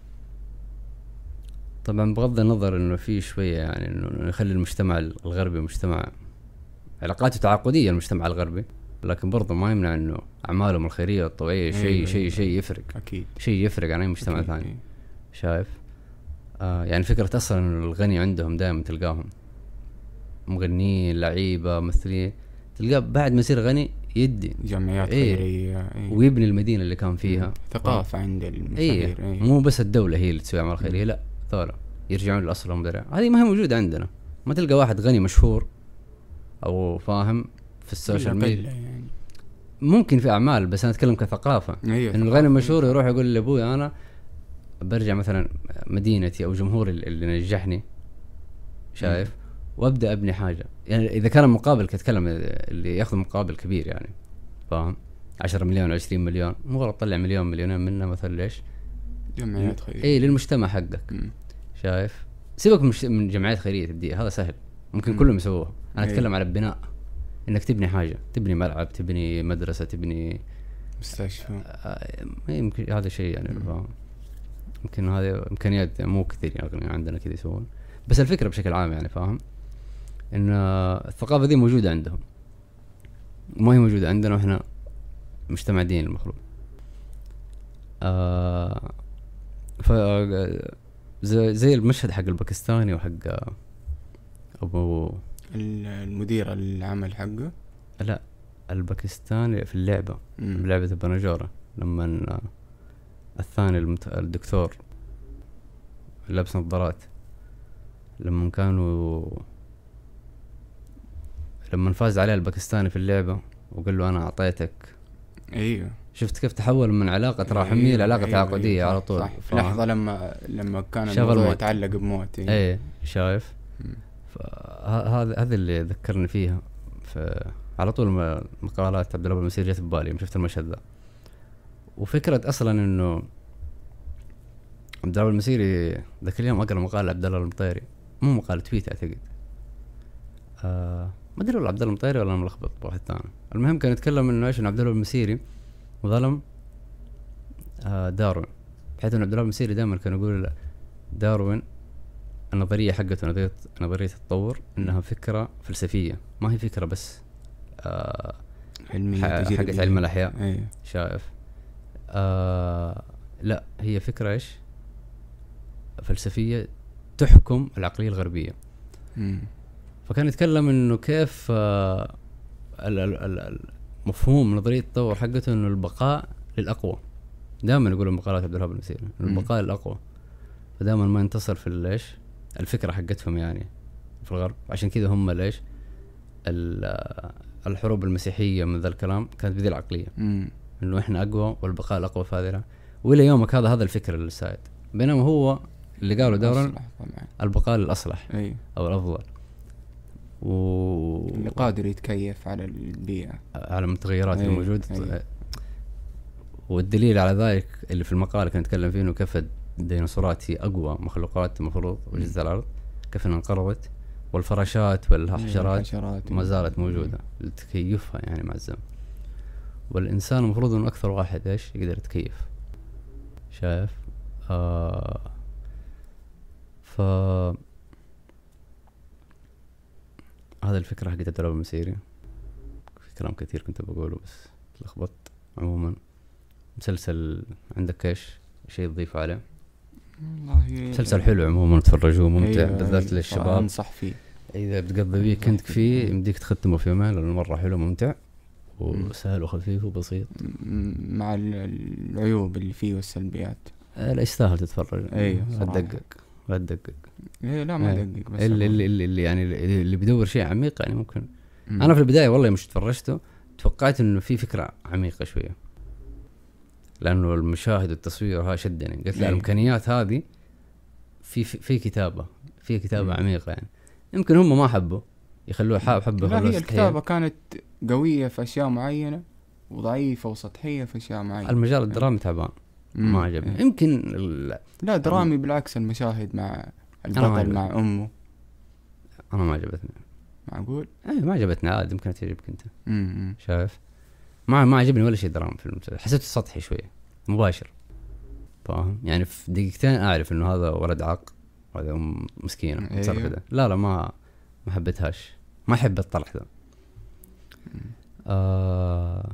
S1: طبعا بغض النظر إنه في شوية يعني إنه يخلي المجتمع الغربي مجتمع علاقاته تعاقدية، المجتمع الغربي، لكن برضه ما يمنع إنه أعمالهم الخيرية والطوعية شيء
S2: أيوة
S1: شيء
S2: أيوة.
S1: شيء يفرق،
S2: أكيد
S1: شيء يفرق عن أي مجتمع ثاني. أيوة. شايف آه يعني فكرة أصلا إنه الغني عندهم دائما تلقاهم مغنيين لعيبة ممثلين، تلقاه بعد ما يصير غني يدي
S2: جمعيات
S1: إيه
S2: خيرية إيه.
S1: ويبني المدينة اللي كان فيها.
S2: ثقافة عند المشاهير
S1: إيه.
S2: إيه.
S1: مو بس الدولة هي اللي تسوي أعمال خيرية، لا ثورة يرجعون لأصلهم. درع هذه ما هي موجودة عندنا. ما تلقى واحد غني مشهور أو فاهم في السوشيال ميديا يعني. ممكن في أعمال، بس أنا أتكلم كثقافة.
S2: أيوة
S1: إنه الغني مشهور يروح يقول لأبوي أنا برجع مثلا مدينتي أو جمهوري اللي نجحني، شايف، وابدا ابني حاجه. يعني اذا كان مقابل كتكلم اللي ياخذ مقابل كبير يعني فاهم، عشرة مليون عشرين مليون، مو غلط تطلع مليون مليونين منه مثلا ليش
S2: جمعيات خيريه
S1: اي للمجتمع حقك.
S2: م.
S1: شايف، سيبك مش من جمعيات خيريه تبدي، هذا سهل ممكن م. كلهم يسووه. انا أي. اتكلم على البناء، انك تبني حاجه، تبني ملعب، تبني مدرسه، تبني
S2: مستشفى.
S1: آه يمكن هذا شيء يعني فاهم، يمكن هذه امكانيات مو كثير يعني عندنا كذا يسوون. بس الفكره بشكل عام يعني فاهم ان الثقافه دي موجوده عندهم، ما هي موجوده عندنا، واحنا مجتمع ديني المفروض. آه ف زي, زي المشهد حق الباكستاني وحق ابو
S2: المدير العمل حقه،
S1: لا الباكستاني في اللعبه
S2: مم.
S1: بلعبه البنجوره، لما الثاني المت... الدكتور لابس نظارات، لما كانوا لما فاز عليه الباكستاني في اللعبة وقال له أنا أعطيتك.
S2: أيوه
S1: شفت كيف تحول من علاقة تراحمية أيوه لعلاقة
S2: أيوه
S1: تعاقدية
S2: أيوه
S1: على طول.
S2: في لحظة لما لما كان الموضوع يتعلق بموت.
S1: أيه, أيه شايف. هذا هذا اللي ذكرني فيها في على طول مقالات عبد الله المسيري جت ببالي يوم شفت المشهد ذا. وفكرة أصلا إنه عبد الله المسيري ذاك اليوم أقرأ مقال عبد الله المطيري، مو مقال تويت أعتقد، آه ما ادري والله عبد الله المطيري ولا ملخبط بواحد ثاني. المهم كان يتكلم انه ايش، ان عبد الله المسيري ظلم آه داروين، بحيث ان عبد الله المسيري دائما كان يقول داروين النظريه حقته نظريه نظريه التطور انها فكره فلسفيه، ما هي فكره بس آه
S2: علميه
S1: حقت علم الاحياء.
S2: أيه.
S1: شايف آه لا هي فكره ايش فلسفيه تحكم العقليه الغربيه.
S2: م.
S1: فكان يتكلم انه كيف آه المفهوم نظريه التطور حقته انه البقاء للاقوى. دائما يقولوا مقالات عبد الوهاب المسيري انه البقاء للاقوى، فدائما ما ينتصر في ليش الفكره حقتهم يعني في الغرب. عشان كذا هم ليش الحروب المسيحيه من ذا الكلام كانت بذي العقليه،
S2: مم.
S1: انه احنا اقوى والبقاء الاقوى في هذه. والى يومك هذا هذا الفكر السائد، بينما هو اللي قالوا دورا
S2: أصلح طبعا.
S1: البقاء الاصلح
S2: أي.
S1: او الافضل، و
S2: اللي قادر يتكيف على البيئة،
S1: على المتغيرات
S2: أي.
S1: الموجودة.
S2: أي.
S1: والدليل على ذلك اللي في المقال كان نتكلم فيه انه كيف الديناصورات هي اقوى مخلوقات المفروض وجزء الارض، كيف انها انقرضت، والفراشات والحشرات
S2: الحشرات
S1: ما زالت موجودة لتكيفها يعني مع الزمن. والإنسان المفروض إنه أكثر واحد إيش يقدر يتكيف، شايف؟ آه ف هذا الفكرة حقت الدرب المسيري. في كلام كثير كنت بقوله بس تلخبطت. عموما مسلسل عندك إيش شيء تضيف عليه؟
S2: والله
S1: مسلسل حلو عموما، تفرجوه ممتع.
S2: أيوة
S1: بالذات
S2: أيوة
S1: للشباب
S2: أنصح فيه.
S1: إذا بتقضي ويكند فيه يمديك تختمه في يومين لأنه مرة حلو ممتع وسهل وخفيف وبسيط،
S2: مع العيوب اللي فيه والسلبيات.
S1: آه لا يستاهل تتفرج.
S2: ايوه
S1: لا تدقق لا تدقق.
S2: ايه لا ما دقق بس
S1: اللي, اللي, اللي, اللي يعني اللي بيدور شيء عميق يعني ممكن.
S2: مم.
S1: انا في البدايه والله مش تفرجته توقعت انه في فكره عميقه شويه، لانه المشاهد والتصوير ها شدني. قلت لا الامكانيات هذه في في, في كتابه في كتابه
S2: مم.
S1: عميقه يعني. يمكن هم ما حبوا يخلوه حاب حبه.
S2: لا هي الكتابه كانت قويه في اشياء معينه وضعيفه وسطحيه في اشياء معينه.
S1: المجال الدرامي تعبان ما عجبني. يمكن ال...
S2: لا درامي بالعكس، المشاهد مع البطل مع امه
S1: انا ما عجبتني.
S2: معقول؟
S1: ايه ما عجبتني عادي، يمكن تعجبك انت.
S2: امم
S1: شايف ما ما عجبني ولا شيء درامي في المسلسل، حسيته سطحي شويه مباشر، فاهم يعني؟ في دقيقتين اعرف انه هذا ولد عاق وهذا ام مسكينه
S2: أيوه.
S1: تصرف ده. لا لا ما ما حبيتهاش، ما احب الطرح ذا. آه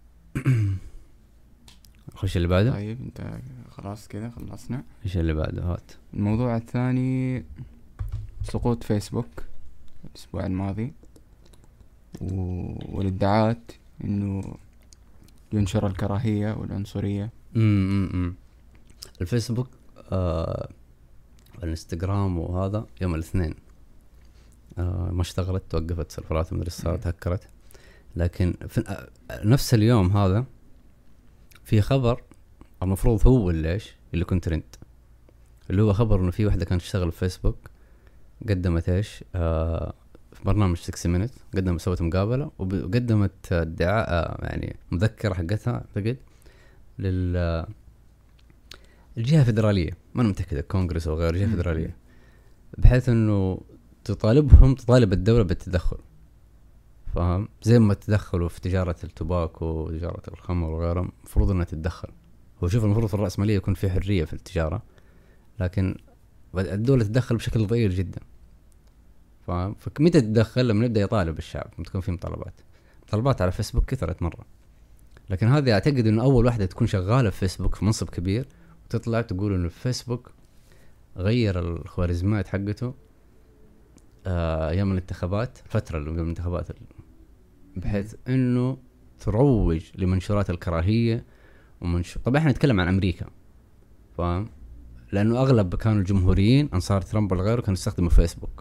S1: خش اللي بعده.
S2: طيب انت خلاص كذا خلصنا.
S1: ايش اللي بعده؟ هات.
S2: الموضوع الثاني سقوط فيسبوك الاسبوع الماضي و... والادعاءات انه ينشر الكراهية والعنصرية.
S1: امم الفيسبوك آه والانستغرام وهذا يوم الاثنين آه ما اشتغلت، توقفت سيرفرات مدري صارت تهكرت. لكن في آه نفس اليوم هذا في خبر المفروض هو اللي ايش اللي كنت ترند، اللي هو خبر انه في واحدة كانت تشتغل في فيسبوك قدمت ايش آه في برنامج ستين مينت، قدمت سوت مقابلة وقدمت ادعاء آه يعني مذكرة حقتها اعتقد لل الجهة الفدرالية، ما أنا متأكد الكونغرس أو غير جهة فدرالية، بحيث إنه تطالبهم تطالب الدولة بالتدخل، فاهم؟ زي ما تدخلوا في تجارة التباكو وتجارة الخمر وغيرها، مفروض إنها تتدخل. هو شوف المفروض في الرأسمالية يكون في حرية في التجارة، لكن الدولة تتدخل بشكل ضئيل جدا، فاهم؟ فمتى تتدخل؟ لما يبدأ يطالب الشعب، لما تكون في مطالبات. مطالبات على فيسبوك كثرت مرة، لكن هذه أعتقد إنه أول واحدة تكون شغالة في فيسبوك في منصب كبير وتطلع تقول إنه فيسبوك غير الخوارزميات حقته آه أيام الانتخابات، فترة اللي قبل الانتخابات، بحيث إنه تروج لمنشورات الكراهية ومنشور. طبعا إحنا نتكلم عن أمريكا، فاهم؟ لأنه أغلب كانوا الجمهوريين أنصار ترامب والغيره كانوا يستخدموا فيسبوك،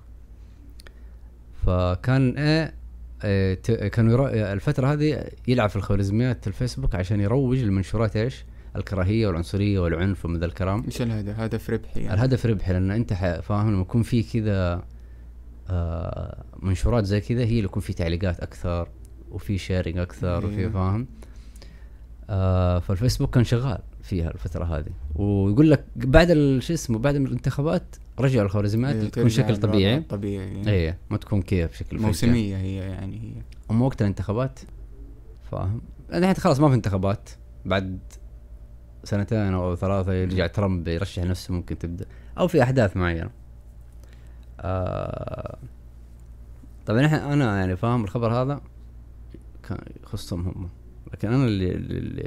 S1: فكان إيه كانوا يرو... الفترة هذه يلعب في الخوارزميات الفيسبوك عشان يروج للمنشورات ايش الكراهية والعنصرية والعنف ومن ذا الكلام.
S2: ايش الهدف؟ هدف ربحي يعني.
S1: الهدف ربحي، لأن انت فاهم لما يكون في كذا آه منشورات زي كذا هي اللي يكون في تعليقات اكثر وفي شيرنج اكثر وفي فاهم آه فالفيسبوك كان شغال فيها الفترة هذه، ويقول لك بعد شو اسمه بعد الانتخابات رجعوا الخوارزميات
S2: إيه
S1: تكون شكل طبيعي
S2: طبيعي يعني.
S1: ايه ما تكون كذا بشكل
S2: موسمية هي يعني. هي
S1: أما وقت الانتخابات فاهم الحين خلاص ما في انتخابات، بعد سنتين أو ثلاثة يرجع ترامب يرشح نفسه ممكن تبدأ أو في أحداث معينة. آه طبعا احنا أنا يعني فاهم الخبر هذا كان يخصهم هم، لكن أنا اللي اللي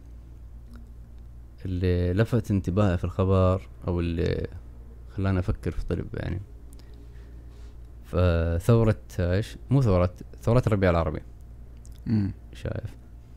S1: اللي لفت انتباهي في الخبر أو اللي خلاني أفكر في طلب يعني فثورة ايش مو ثورة ثورة الربيع العربي.
S2: امم
S1: شايف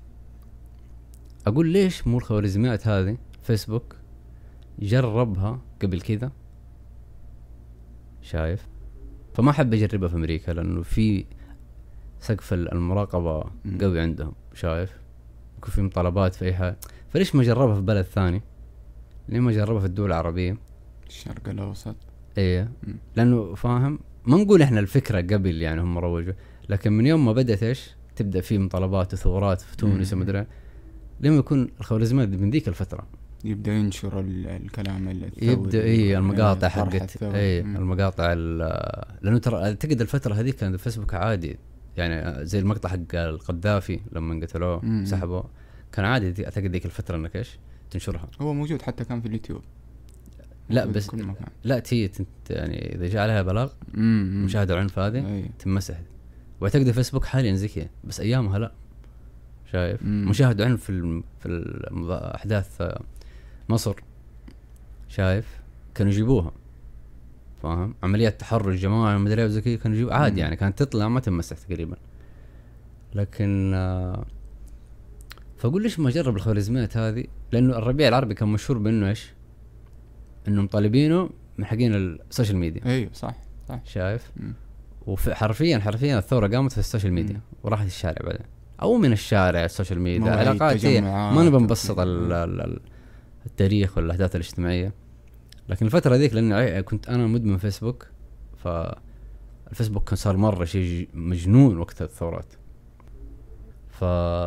S1: اقول ليش مو الخوارزميات هذه فيسبوك جربها قبل كذا، شايف؟ فما حب يجربها في امريكا لانه في سقف المراقبة
S2: مم.
S1: قوي عندهم، شايف؟ يكون في مطالبات في أي حاجة. فليش ما جربها في بلد ثاني؟ ليه ما جربها في الدول العربية؟
S2: الشرق الأوسط.
S1: إيه،
S2: مم.
S1: لأنه فاهم، ما نقول إحنا الفكرة قبل يعني هم روجوا، لكن من يوم ما بدأت إيش تبدأ في مطالبات وثورات في تونس
S2: مم.
S1: ومدري، لما يكون الخوارزميات من ذيك الفترة
S2: يبدأ ينشر ال- الكلام الثوري،
S1: يبدأ إيه المقاطع
S2: الطرح
S1: حقت
S2: الثوري.
S1: إيه
S2: مم.
S1: المقاطع ال- لأنه ترى أعتقد الفترة هذيك كان الفيسبوك عادي، يعني زي المقطع حق القذافي لما قتلوه
S2: مم.
S1: سحبوه، كان عادي دي- أعتقد ذيك الفترة إنك إيش تنشرها.
S2: هو موجود حتى كان في اليوتيوب.
S1: لا
S2: موجود
S1: بس
S2: في كل مكان.
S1: لا تي تنت يعني إذا جاء عليها بلاغ
S2: مم.
S1: مشاهدة العنف هذه
S2: أي.
S1: تمسح. واعتقد الفيسبوك حاليا ذكي، بس ايامها لا، شايف؟
S2: مم.
S1: مشاهد عنف في الم... في الم- احداث آه، مصر، شايف؟ كانوا يجيبوها، فاهم؟ عمليات تحرش جماعي مدري وزي كذا كانوا يجيبوا عادي،
S2: مم.
S1: يعني كانت تطلع ما تمسح تقريبا. لكن آه، فاقول ليش ما اجرب الخوارزميات هذه؟ لانه الربيع العربي كان مشهور بانه ايش؟ انه مطالبينه من حقين السوشيال ميديا،
S2: ايوه صح صح.
S1: شايف؟
S2: مم.
S1: وحرفيا حرفيا الثوره قامت في السوشيال ميديا
S2: مم.
S1: وراحت الشارع بعدين، او من الشارع السوشيال ميديا
S2: مواعيد،
S1: علاقات هي
S2: تجمعات
S1: ما نبى نبسط
S2: وكذا.
S1: ال- ال- ال- التاريخ والاحداث الاجتماعيه. لكن الفتره ذيك لاني كنت انا مدمن فيسبوك، فالفيسبوك كان صار مره شيء مجنون وقت الثورات، ف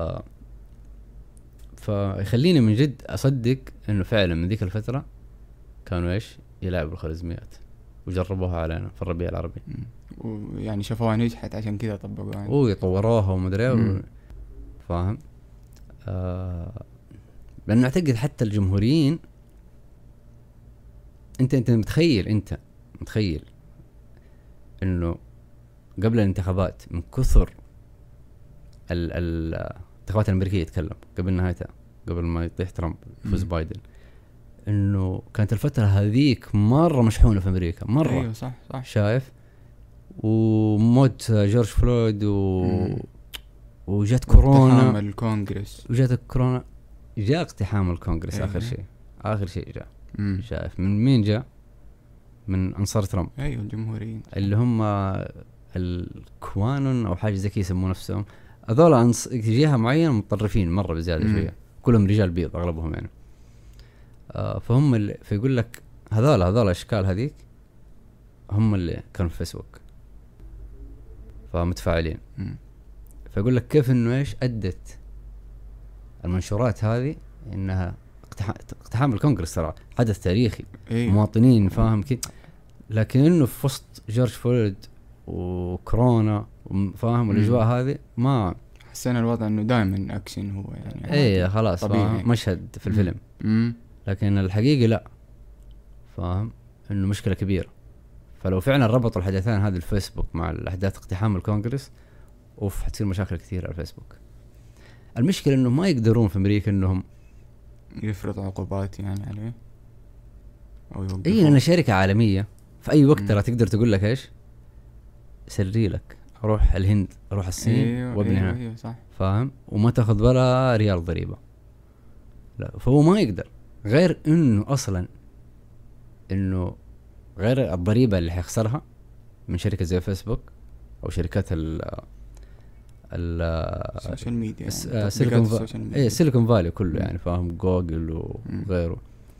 S1: فيخليني من جد اصدق انه فعلا من ذيك الفتره كانوا ايش يلعبوا الخوارزميات وجربوها علينا في الربيع العربي.
S2: مم. ويعني شافوها نجحت عشان كذا طبقوها يعني.
S1: ويطوروها ومدري و...
S2: مم.
S1: فاهم؟ آه... لأنه أعتقد حتى الجمهوريين، أنت أنت متخيل أنت متخيل إنه قبل الانتخابات من كثر ال ال الانتخابات الأمريكية يتكلم قبل نهايتها، قبل ما يطيح ترامب يفوز
S2: مم.
S1: بايدن، إنه كانت الفترة هذيك مرة مشحونة في أمريكا مرة.
S2: ايوه صح صح.
S1: شايف؟ وموت جورج فلويد و...
S2: مم.
S1: وجت كورونا،
S2: اقتحام الكونغرس،
S1: وجات الكورونا، جاء اقتحام الكونغرس
S2: أيوة.
S1: اخر شيء، اخر شيء جاء.
S2: مم.
S1: شايف من مين جاء؟ من انصار ترامب،
S2: ايوه الجمهوريين
S1: اللي هم الكوانون او حاجه زي كذا يسمون نفسهم، هذول أنص... جهه معينه متطرفين مره بزياده
S2: مم.
S1: شويه، كلهم رجال بيض اغلبهم يعني. آه فهم اللي فيقول لك هذول هذول اشكال هذيك هم اللي كانوا في فيسبوك فمتفاعلين.
S2: مم.
S1: فيقول لك كيف انه ايش ادت المنشورات هذه انها اقتحام, اقتحام الكونغرس، ترى حدث تاريخي،
S2: ايوه.
S1: مواطنين فاهم كيف، لكن انه في وسط جورج فلويد وكورونا فاهم والاجواء هذه ما
S2: حسينا الوضع انه دائما اكشن هو يعني
S1: ايه خلاص
S2: طبيعي.
S1: فاهم مشهد في الفيلم.
S2: مم.
S1: لكن الحقيقة لا، فاهم انه مشكلة كبيرة. فلو فعلا ربطوا الحدثين هذه الفيسبوك مع الاحداث اقتحام الكونغرس، اوف حتصير مشاكل كثيرة على الفيسبوك. المشكلة انه ما يقدرون في امريكا انهم
S2: يفرض عقوبات يعني عليه او يوقفه.
S1: اي لان شركة عالمية في اي وقت
S2: مم.
S1: ترى تقدر تقول لك ايش سري لك اروح الهند اروح الصين
S2: ايوه
S1: وابني
S2: ايوه,
S1: هنا،
S2: أيوة صح.
S1: فاهم؟ وما تاخذ ولا ريال ضريبة. لا فهو ما يقدر، غير انه اصلا انه غير الضريبة اللي حيخسرها من شركة زي فيسبوك او شركات ال ال
S2: السوشيال ميديا
S1: الس-
S2: يعني.
S1: آه،
S2: تطبيقات
S1: سيليكون فا...
S2: السوشيال ميديا.
S1: ايه سيليكون فالي كله
S2: مم.
S1: يعني فاهم، جوجل
S2: مم.
S1: وغيره.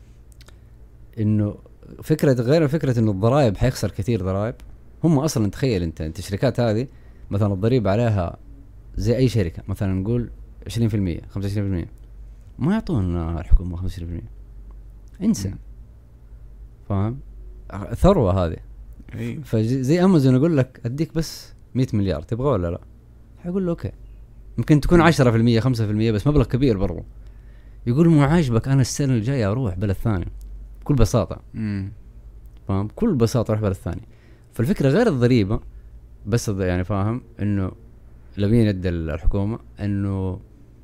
S1: انه فكرة غير فكرة انه الضرائب حيخسر كثير ضرائب. هم اصلا تخيل انت انت الشركات هذه مثلا الضريبة عليها زي اي شركة مثلا نقول عشرين في المية خمسة وعشرين في المية، ما يعطون الحكومة خمسة وعشرين في المية، انسى.
S2: مم.
S1: فاهم؟ ثروة هذه.
S2: ايوه
S1: فزي امازون يقول لك اديك بس مية مليار تبغى ولا لا، حيقول له اوكي، ممكن تكون عشرة في المية خمسة في المية بس مبلغ كبير برضو. يقول مو عاجبك انا السنة الجاية اروح بلد ثاني بكل بساطة،
S2: مم.
S1: فاهم؟ بكل بساطة اروح بلد ثاني. فالفكرة غير الضريبة بس يعني فاهم انه لمين يد الحكومة انه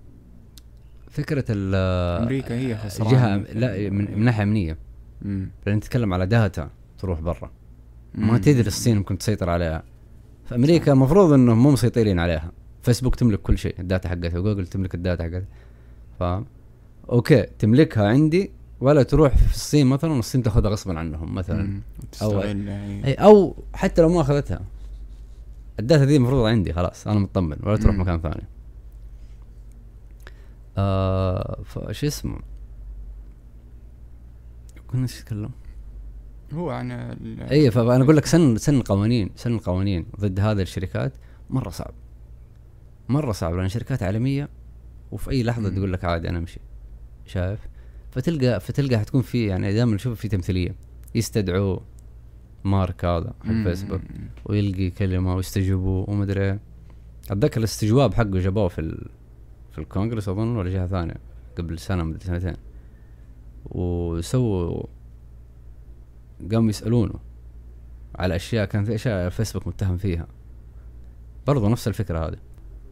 S1: فكرة ال
S2: امريكا هي خسرانة
S1: جهة لا من, من ناحية امنية،
S2: مم.
S1: لان نتكلم على داتا تروح برا ما
S2: مم.
S1: تدري الصين ممكن تسيطر عليها. فامريكا المفروض انهم مو مسيطرين عليها. فيسبوك تملك كل شيء، الداتا حقتها، وجوجل تملك الداتا حقتها، فاهم؟ اوكي تملكها عندي، ولا تروح في الصين مثلا والصين تاخذها غصبا عنهم مثلا.
S2: مم. وتستغل يعني.
S1: اي او حتى لو ما اخذتها الداتا دي المفروض عندي خلاص، انا مطمن ولا تروح
S2: مم.
S1: مكان ثاني. آه فش اسمه كنا نتكلم
S2: هو عن ال-
S1: اي، فانا اقول لك سن سن القوانين سن القوانين ضد هذه الشركات مره صعب، مره صعب، لان شركات عالميه وفي اي لحظه
S2: مم.
S1: تقول لك عادي انا امشي، شايف؟ فتلقى فتلقى حتكون في يعني دائما نشوف في تمثيليه، يستدعوا مارك هذا حق
S2: مم.
S1: فيسبوك ويلقي كلمه ويستجوبوا ومدري إيه. اتذكر الاستجواب حقه جابوه في ال... في الكونغرس اظن ولا جهه ثانيه قبل سنه مدري سنتين، وسووا قاموا يسالونه على اشياء كان في اشياء فيسبوك متهم فيها، برضو نفس الفكره هذه.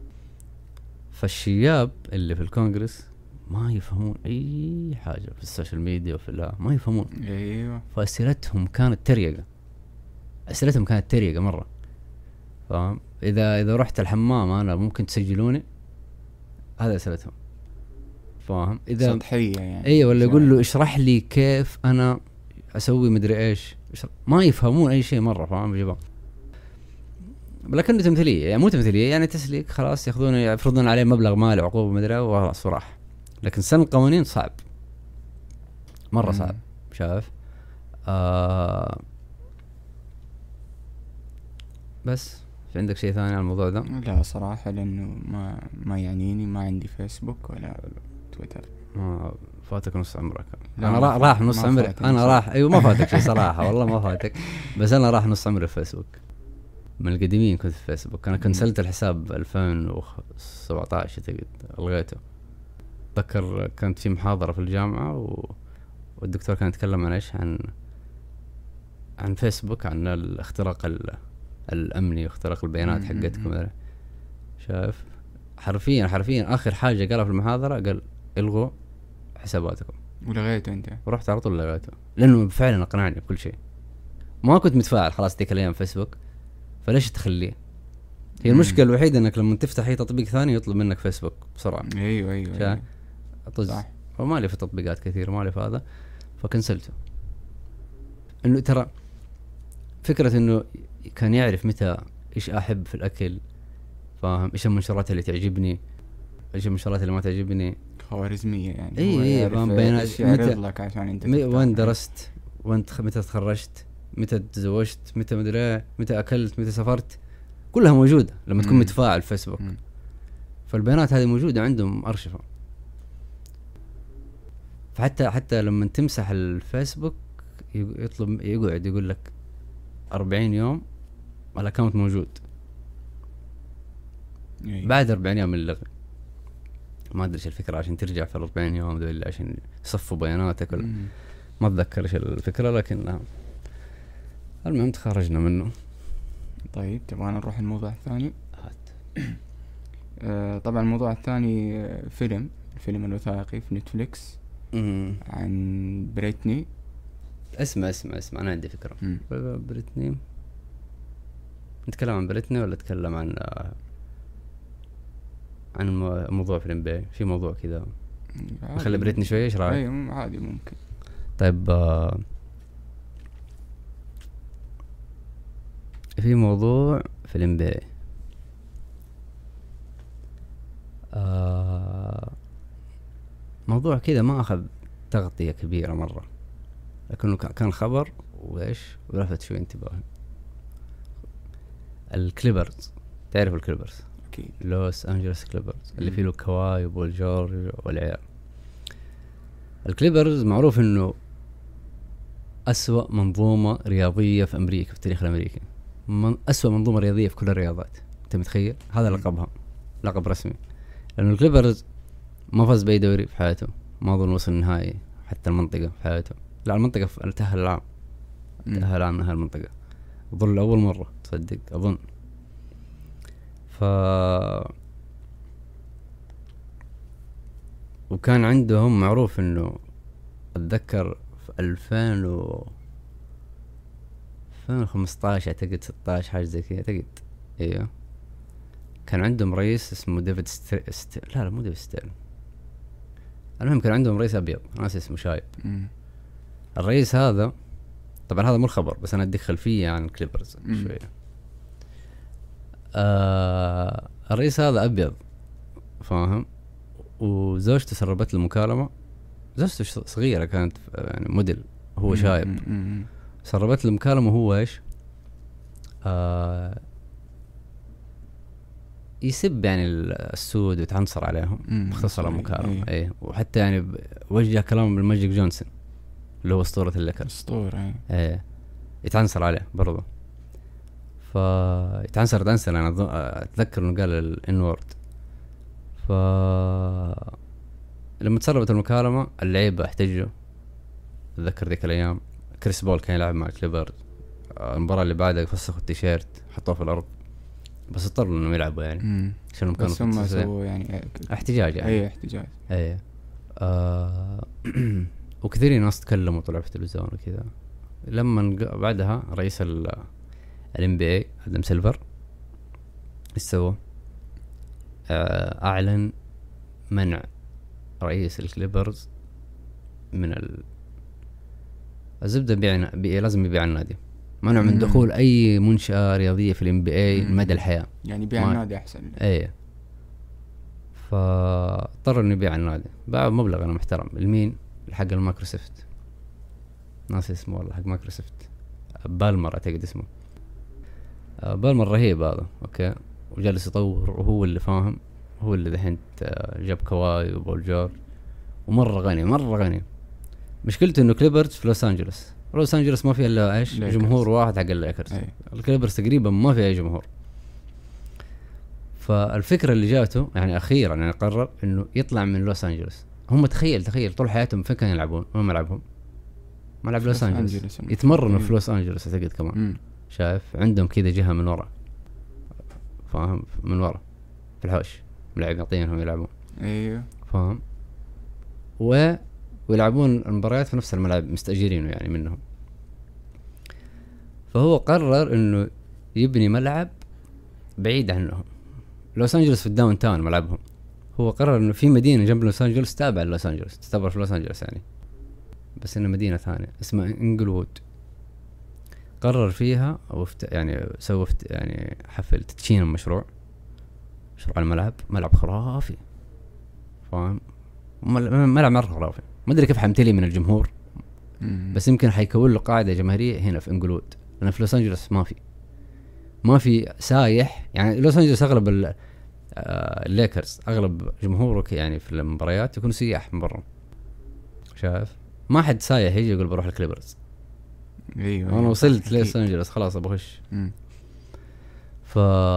S1: فالشياب اللي في الكونغرس ما يفهمون اي حاجه في السوشيال ميديا وفي لا ما يفهمون،
S2: ايوه
S1: فاسئلتهم كانت تريقه، اسئلتهم كانت تريقه مره، فاهم؟ اذا اذا رحت الحمام انا ممكن تسجلوني، هذا اسئلتهم، فاهم؟ اذا
S2: سطحية يعني.
S1: اي ولا يقول
S2: زي-
S1: له اشرح لي كيف انا اسوي مدري ايش، ما يفهمون اي شيء مره، فاهم يا جماعه؟ لكنه تمثيليه يعني، مو تمثيليه يعني تسليك، خلاص ياخذون يفرضون عليه مبلغ مالي عقوبه مدري وخلاص وراح. لكن سن القوانين صعب مره
S2: مم.
S1: صعب، شايف؟ آه بس في عندك شيء ثاني على الموضوع ده؟
S2: لا صراحة، لأنه ما ما يعنيني، ما عندي فيسبوك ولا تويتر.
S1: ما فاتك نص عمرك.
S2: لا،
S1: انا
S2: ما
S1: راح
S2: فات-
S1: راح نص
S2: ما
S1: عمري،
S2: فاتني
S1: انا
S2: صراحة.
S1: راح ايوه ما فاتك شيء صراحه والله ما فاتك، بس انا راح نص عمري في فيسبوك، من القديمين كنت في فيسبوك. انا كنسلت الحساب ألفين وسبعة عشر اعتقد، الغيته. اتذكر كانت في محاضره في الجامعه و... والدكتور كان يتكلم عن ايش، عن عن فيسبوك، عن الاختراق ال... الامني واختراق البيانات
S2: مم.
S1: حقتكم ده. شايف؟ حرفيا حرفيا اخر حاجه قالها في المحاضره قال الغوا حساباتكم،
S2: ولغيته أنت؟
S1: ورحت على طول لغيته، لانه فعلا اقنعني بكل شيء. ما كنت متفاعل خلاص ديك الايام فيسبوك، فليش تخليه؟ هي
S2: مم.
S1: المشكله الوحيده انك لما تفتح اي تطبيق ثاني يطلب منك فيسبوك بسرعه.
S2: أيوه أيوه,
S1: شا-
S2: أيوه.
S1: طز.
S2: صح.
S1: فما لي في تطبيقات كثير، ما لي في هذا، فكنسلته. انه ترى فكره انه كان يعرف متى ايش احب في الاكل، فاهم؟ ايش المنشورات اللي تعجبني، ايش المنشورات اللي ما تعجبني،
S2: خوارزمية يعني.
S1: إيه
S2: هو
S1: إيه،
S2: يعرف
S1: فاهم بيانات-
S2: إيش يعرض
S1: متى-
S2: لك عشان أنت
S1: مي-
S2: تختار.
S1: وين درست، وين تخ... متى تخرجت، متى تزوجت، متى مدري إيه، متى اكلت، متى سافرت، كلها موجوده لما تكون
S2: مم.
S1: متفاعل فيسبوك.
S2: مم.
S1: فالبيانات هذه موجوده عندهم ارشفه. فحتى حتى لما تمسح الفيسبوك يق- يطلب يقعد يقول لك أربعين يوم الاكونت موجود،
S2: أيوه.
S1: بعد أربعين يوم اللغي. ما ادري ايش الفكره عشان ترجع في أربعين يوم ذول، عشان يصفوا بياناتك ولا
S2: مم.
S1: ما اتذكر ايش الفكره، لكن المهم تخرجنا منه.
S2: طيب تبغى نروح الموضوع الثاني؟
S1: هات.
S2: آه طبعا الموضوع الثاني آه، فيلم الفيلم الوثائقي في نتفليكس
S1: أمم.
S2: عن بريتني.
S1: اسمع اسمع اسمع انا عندي فكره.
S2: مم.
S1: بريتني، نتكلم عن بريتني ولا نتكلم عن آه، عن مو- موضوع فيلم بي؟ في موضوع كذا
S2: عادي.
S1: نخلي بريتني شويه، ايش رايك؟
S2: ايوه عادي ممكن.
S1: طيب آه، في موضوع فيلم بي آه موضوع كذا ما اخذ تغطية كبيرة مرة، لكنه كا- كان خبر وايش ولفت شوي انتباهي. الكليبرز، تعرف الكليبرز؟
S2: اكيد.
S1: لوس انجلوس كليبرز اللي
S2: مم.
S1: فيه له كواي وبول جورج والعيال. الكليبرز معروف انه اسوأ منظومة رياضية في امريكا، في التاريخ الامريكي. من اسوأ منظومة رياضية في كل الرياضات. انت متخيل؟ هذا
S2: مم.
S1: لقبها، لقب رسمي. لانه الكليبرز ما فاز باي دوري في حياته، ما اظن وصل النهائي حتى المنطقة في حياته. لا المنطقة في التأهل العام،
S2: مم.
S1: التأهل العام من هالمنطقة اظن اول مرة، تصدق اظن. ف وكان عندهم معروف انه اتذكر في ألفين و ألفين وخمسطعش اعتقد ستطعش حاجة زي كذا اعتقد. ايوه كان عندهم رئيس اسمه ديفيد ستير... ست... لا لا مو ديفيد ستيرن. المهم كان عندهم رئيس ابيض ناس اسمه شايب.
S2: مم.
S1: الرئيس هذا طبعا هذا مو الخبر، بس انا اديك خلفية عن الكليبرز
S2: مم.
S1: شوية. آه الرئيس هذا ابيض فاهم، وزوجته سربت له مكالمه. زوجته صغيره كانت يعني موديل، هو شايب. سربت له مكالمه وهو ايش آه يسب يعني السود ويتعنصر عليهم. مختصر المكالمه اي إيه. وحتى يعني وجه كلام بالماجيك جونسون اللي هو اسطوره الليكر،
S2: اسطوره
S1: ايه يتعنصر عليه برضه. فيتعنصر تعنصر انا اتذكر انه قال الان وورد. ف لما تسربت المكالمه اللعيبه احتجوا. اتذكر ذيك الايام كريس بول كان يلعب مع كليبرز، المباراه اللي بعدها فسخوا التيشيرت حطوه في الارض، بس اضطروا انهم يلعبوا يعني عشان كانوا
S2: بس هم سووا يعني
S1: احتجاج يعني
S2: اي احتجاج
S1: اي آه وكثيرين ناس تكلموا وطلعوا في التلفزيون وكذا. لما بعدها رئيس ال ام بي اي ادم سيلفر ايش سوى؟ آه اعلن منع رئيس الكليبرز من ال الزبده بيع بي... لازم يبيع النادي، منع من دخول اي منشاه رياضيه في الام بي اي مدى الحياه،
S2: يعني بيع ما... النادي احسن.
S1: ايه فاضطر انه يبيع النادي، باع مبلغ انا محترم. المين؟ الحق المايكروسوفت، ناس اسمه والله حق مايكروسوفت، بالمر اعتقد اسمه. بالمر رهيب هذا اوكي، وجالس يطور وهو اللي فاهم، هو اللي دحين جاب كواي وبول جورج ومره غني مره غني. مشكلته انه كليبرز في لوس انجلوس، لوس انجلوس ما فيها الا ايش؟ جمهور واحد حق الليكرز. الكليبرز تقريبا ما فيها اي جمهور. فالفكره اللي جاته يعني اخيرا يعني قرر انه يطلع من لوس انجلوس. هم تخيل تخيل طول حياتهم فين كانوا يلعبون؟ وين ملعبهم؟ ملعب لوس انجلوس، يتمرنوا في لوس انجلوس اعتقد كمان. مم. شايف عندهم كذا جهه من ورا فاهم، من ورا في الحوش ملاعب يعطينهم يلعبون.
S2: ايوه
S1: فاهم. و ويلعبون المباريات في نفس الملعب مستأجرينه يعني منهم. فهو قرر انه يبني ملعب بعيد عنهم. لوس انجلوس في الداون تاون ملعبهم، هو قرر انه في مدينه جنب لوس انجلوس تابع لوس انجلوس، تعتبر في لوس انجلوس يعني، بس انها مدينه ثانيه اسمها انجلوود. قرر فيها او يعني سوى يعني حفل تدشين المشروع، مشروع الملعب، ملعب خرافي فاهم، ملعب مره خرافي. ما ادري كيف حيمتلي من الجمهور، بس يمكن حيكون له قاعده جماهيريه هنا في انجلوود، لان في لوس انجلوس ما في ما في سايح يعني. لوس انجلوس اغلب الليكرز اغلب جمهوره يعني في المباريات يكونوا سياح من برا، شايف؟ ما حد سايح يجي يقول بروح الكليبرز.
S2: ايوه
S1: انا وصلت لوس انجلوس خلاص ابغى اخش. ف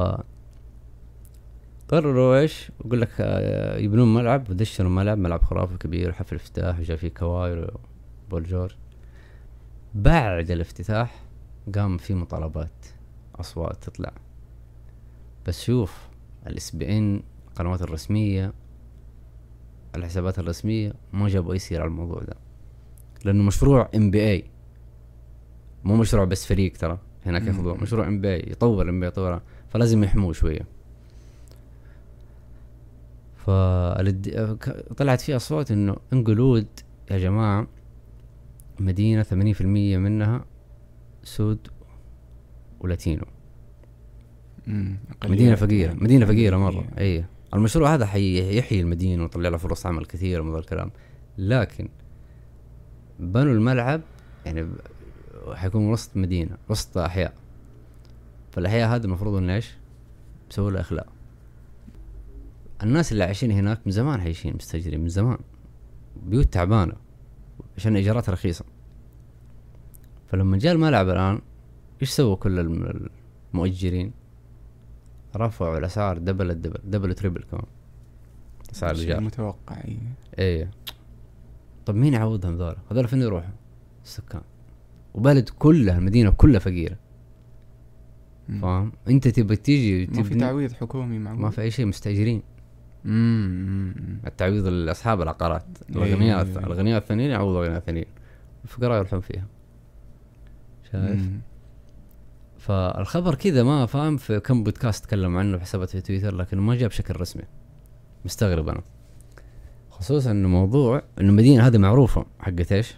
S1: قرروا ايش؟ اقول لك يبنون ملعب ودشروا ملعب ملعب خرافي كبير، حفل افتتاح وجاء فيه كواي وبول جورج. بعد الافتتاح قام في مطالبات، اصوات تطلع، بس شوف الاس بي ان القنوات الرسميه الحسابات الرسميه ما جابوا اي سير على الموضوع ده، لانه مشروع ام بي اي مو مشروع بس فريق، ترى هناك ياخذوا مشروع ام بي اي يطور ام بي اي يطوره، فلازم يحموه شويه. فطلعت فيه اصوات انه انجلود يا جماعه مدينه ثمانين بالمية منها سود ولاتينو، مدينه فقيره مدينه فقيره مره. اي المشروع هذا حيحيي المدينه ويطلع لها فرص عمل كثيره من ذا الكلام، لكن بنوا الملعب يعني حيكون وسط مدينه وسط احياء، فالاحياء هذا المفروض انه ايش بسووا له اخلاء. الناس اللي عايشين هناك من زمان عايشين مستأجرين من زمان، بيوت تعبانه عشان ايجارات رخيصه. فلما جاء الملعب الان ايش سووا كل المؤجرين؟ رفعوا الاسعار دبل الدبل دبل تريبل كمان اسعار الايجار.
S2: متوقع ايه
S1: ايه. طب مين يعوضهم ذولا؟ هذول فين يروحوا؟ السكان، وبلد كلها المدينه كلها فقيره. فاهم؟ انت تبي تيجي
S2: ما في تعويض حكومي معقول؟
S1: ما في اي شيء، مستاجرين.
S2: امم
S1: التعويض لاصحاب العقارات، الاغنياء أيه. الاغنياء الثانيين يعوضوا الاغنياء الثانيين، الفقراء يروحون فيها. شايف؟ مم. فالخبر كذا ما فاهم، في كم بودكاست تكلم عنه بحسابات في تويتر، لكن ما جاء بشكل رسمي. مستغرب انا، خصوصا انه موضوع انه المدينه هذه معروفه حقت ايش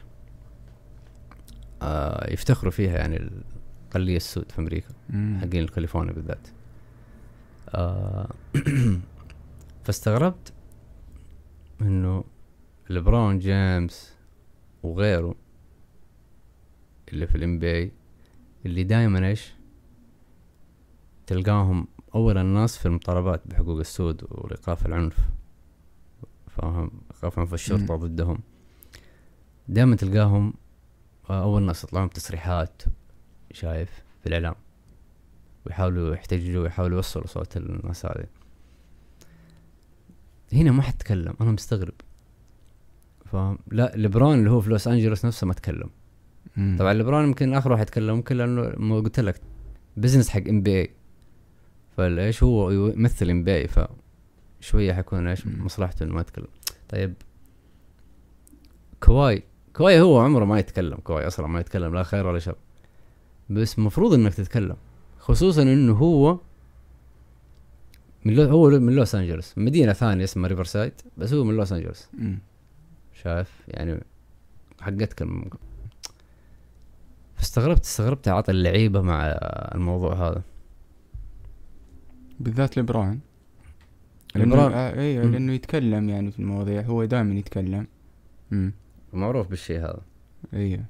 S1: آه يفتخروا فيها يعني القلية السود في امريكا، حقين الكاليفورنيا بالذات. آه فاستغربت انه ليبرون جيمس وغيره اللي في الام بي اللي دائما ايش تلقاهم اول الناس في المطالبات بحقوق السود وايقاف العنف، فاهم؟ ايقاف عنف الشرطة ضدهم. دائما تلقاهم اول ناس يطلعون بتصريحات، شايف، في الاعلام، ويحاولوا يحتجوا ويحاولوا يوصلوا صوت الناس هذه. هنا ما حد تكلم، انا مستغرب، فاهم؟ لا ليبرون اللي هو في لوس انجلوس نفسه ما تكلم.
S2: مم.
S1: طبعا ليبرون يمكن اخر واحد يتكلم، ممكن لانه ما قلت لك بزنس حق ام بي اي، فايش هو يمثل ام بي اي، فشويه حيكون ايش مصلحته انه ما يتكلم. طيب كواي كواي هو عمره ما يتكلم، كواي اصلا ما يتكلم لا خير ولا شر، بس مفروض انك تتكلم، خصوصا انه هو من لو هو من لوس انجلوس، مدينه ثانيه اسمها ريفرسايد، بس هو من لوس انجلوس.
S2: مم.
S1: شايف يعني حقتك الم... فاستغربت استغربت عطى اللعيبه مع الموضوع هذا،
S2: بالذات ليبرون.
S1: ليبرون
S2: لأنه آه ايه لانه يتكلم يعني في المواضيع، هو دائما يتكلم. امم
S1: معروف بالشيء هذا.
S2: ايه.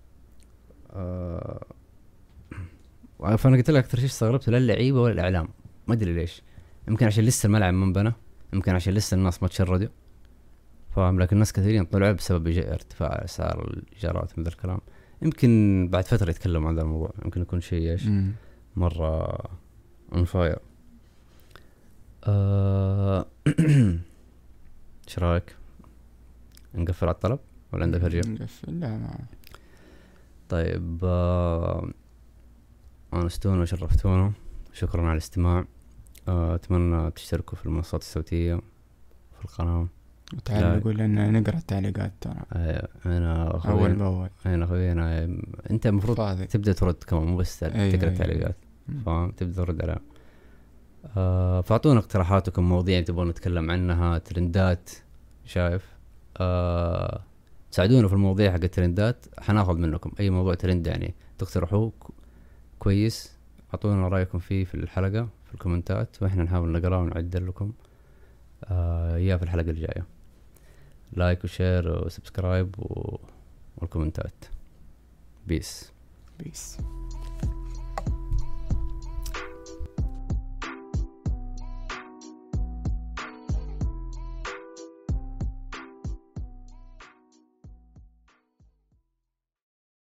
S1: آه... فانا قلت لك اكثر شيء استغربت لا اللعيبه ولا الاعلام، ما ادري ليش، يمكن عشان لسه الملعب ما انبنى، يمكن عشان لسه الناس ما تشردوا، فاهم؟ لكن الناس كثيرين طلعوا بسبب ارتفاع اسعار الايجارات من ذا الكلام. يمكن بعد فتره يتكلموا عن هذا الموضوع، يمكن يكون شيء ايش
S2: مم.
S1: مره اون فاير. آه... ايش رايك نقفل على الطلب ولا عندك هرجه؟
S2: نقفل. لا ما
S1: طيب آه... انستونا وشرفتونا، شكرا على الاستماع. آه... اتمنى تشتركوا في المنصات الصوتيه في القناه
S2: وتعلقوا لأن نقرأ التعليقات ترى.
S1: آه... انا اخوي
S2: أول بأول.
S1: انا اخوي انا انت المفروض
S2: فاضي.
S1: تبدا ترد كمان، مو بس
S2: أيوة
S1: تقرا
S2: أيوة.
S1: التعليقات، فاهم؟ تبدا ترد عليها. آه... فاعطونا اقتراحاتكم، مواضيع تبغون نتكلم عنها، ترندات، شايف؟ آه... ساعدونا في المواضيع حق الترندات، حناخذ منكم اي موضوع ترند يعني تقترحوه كويس، اعطونا رايكم فيه في الحلقه في الكومنتات، واحنا نحاول نقراه ونعدل لكم آه... اياه في الحلقه الجايه. لايك وشير وسبسكرايب و... والكومنتات. بيس
S2: بيس.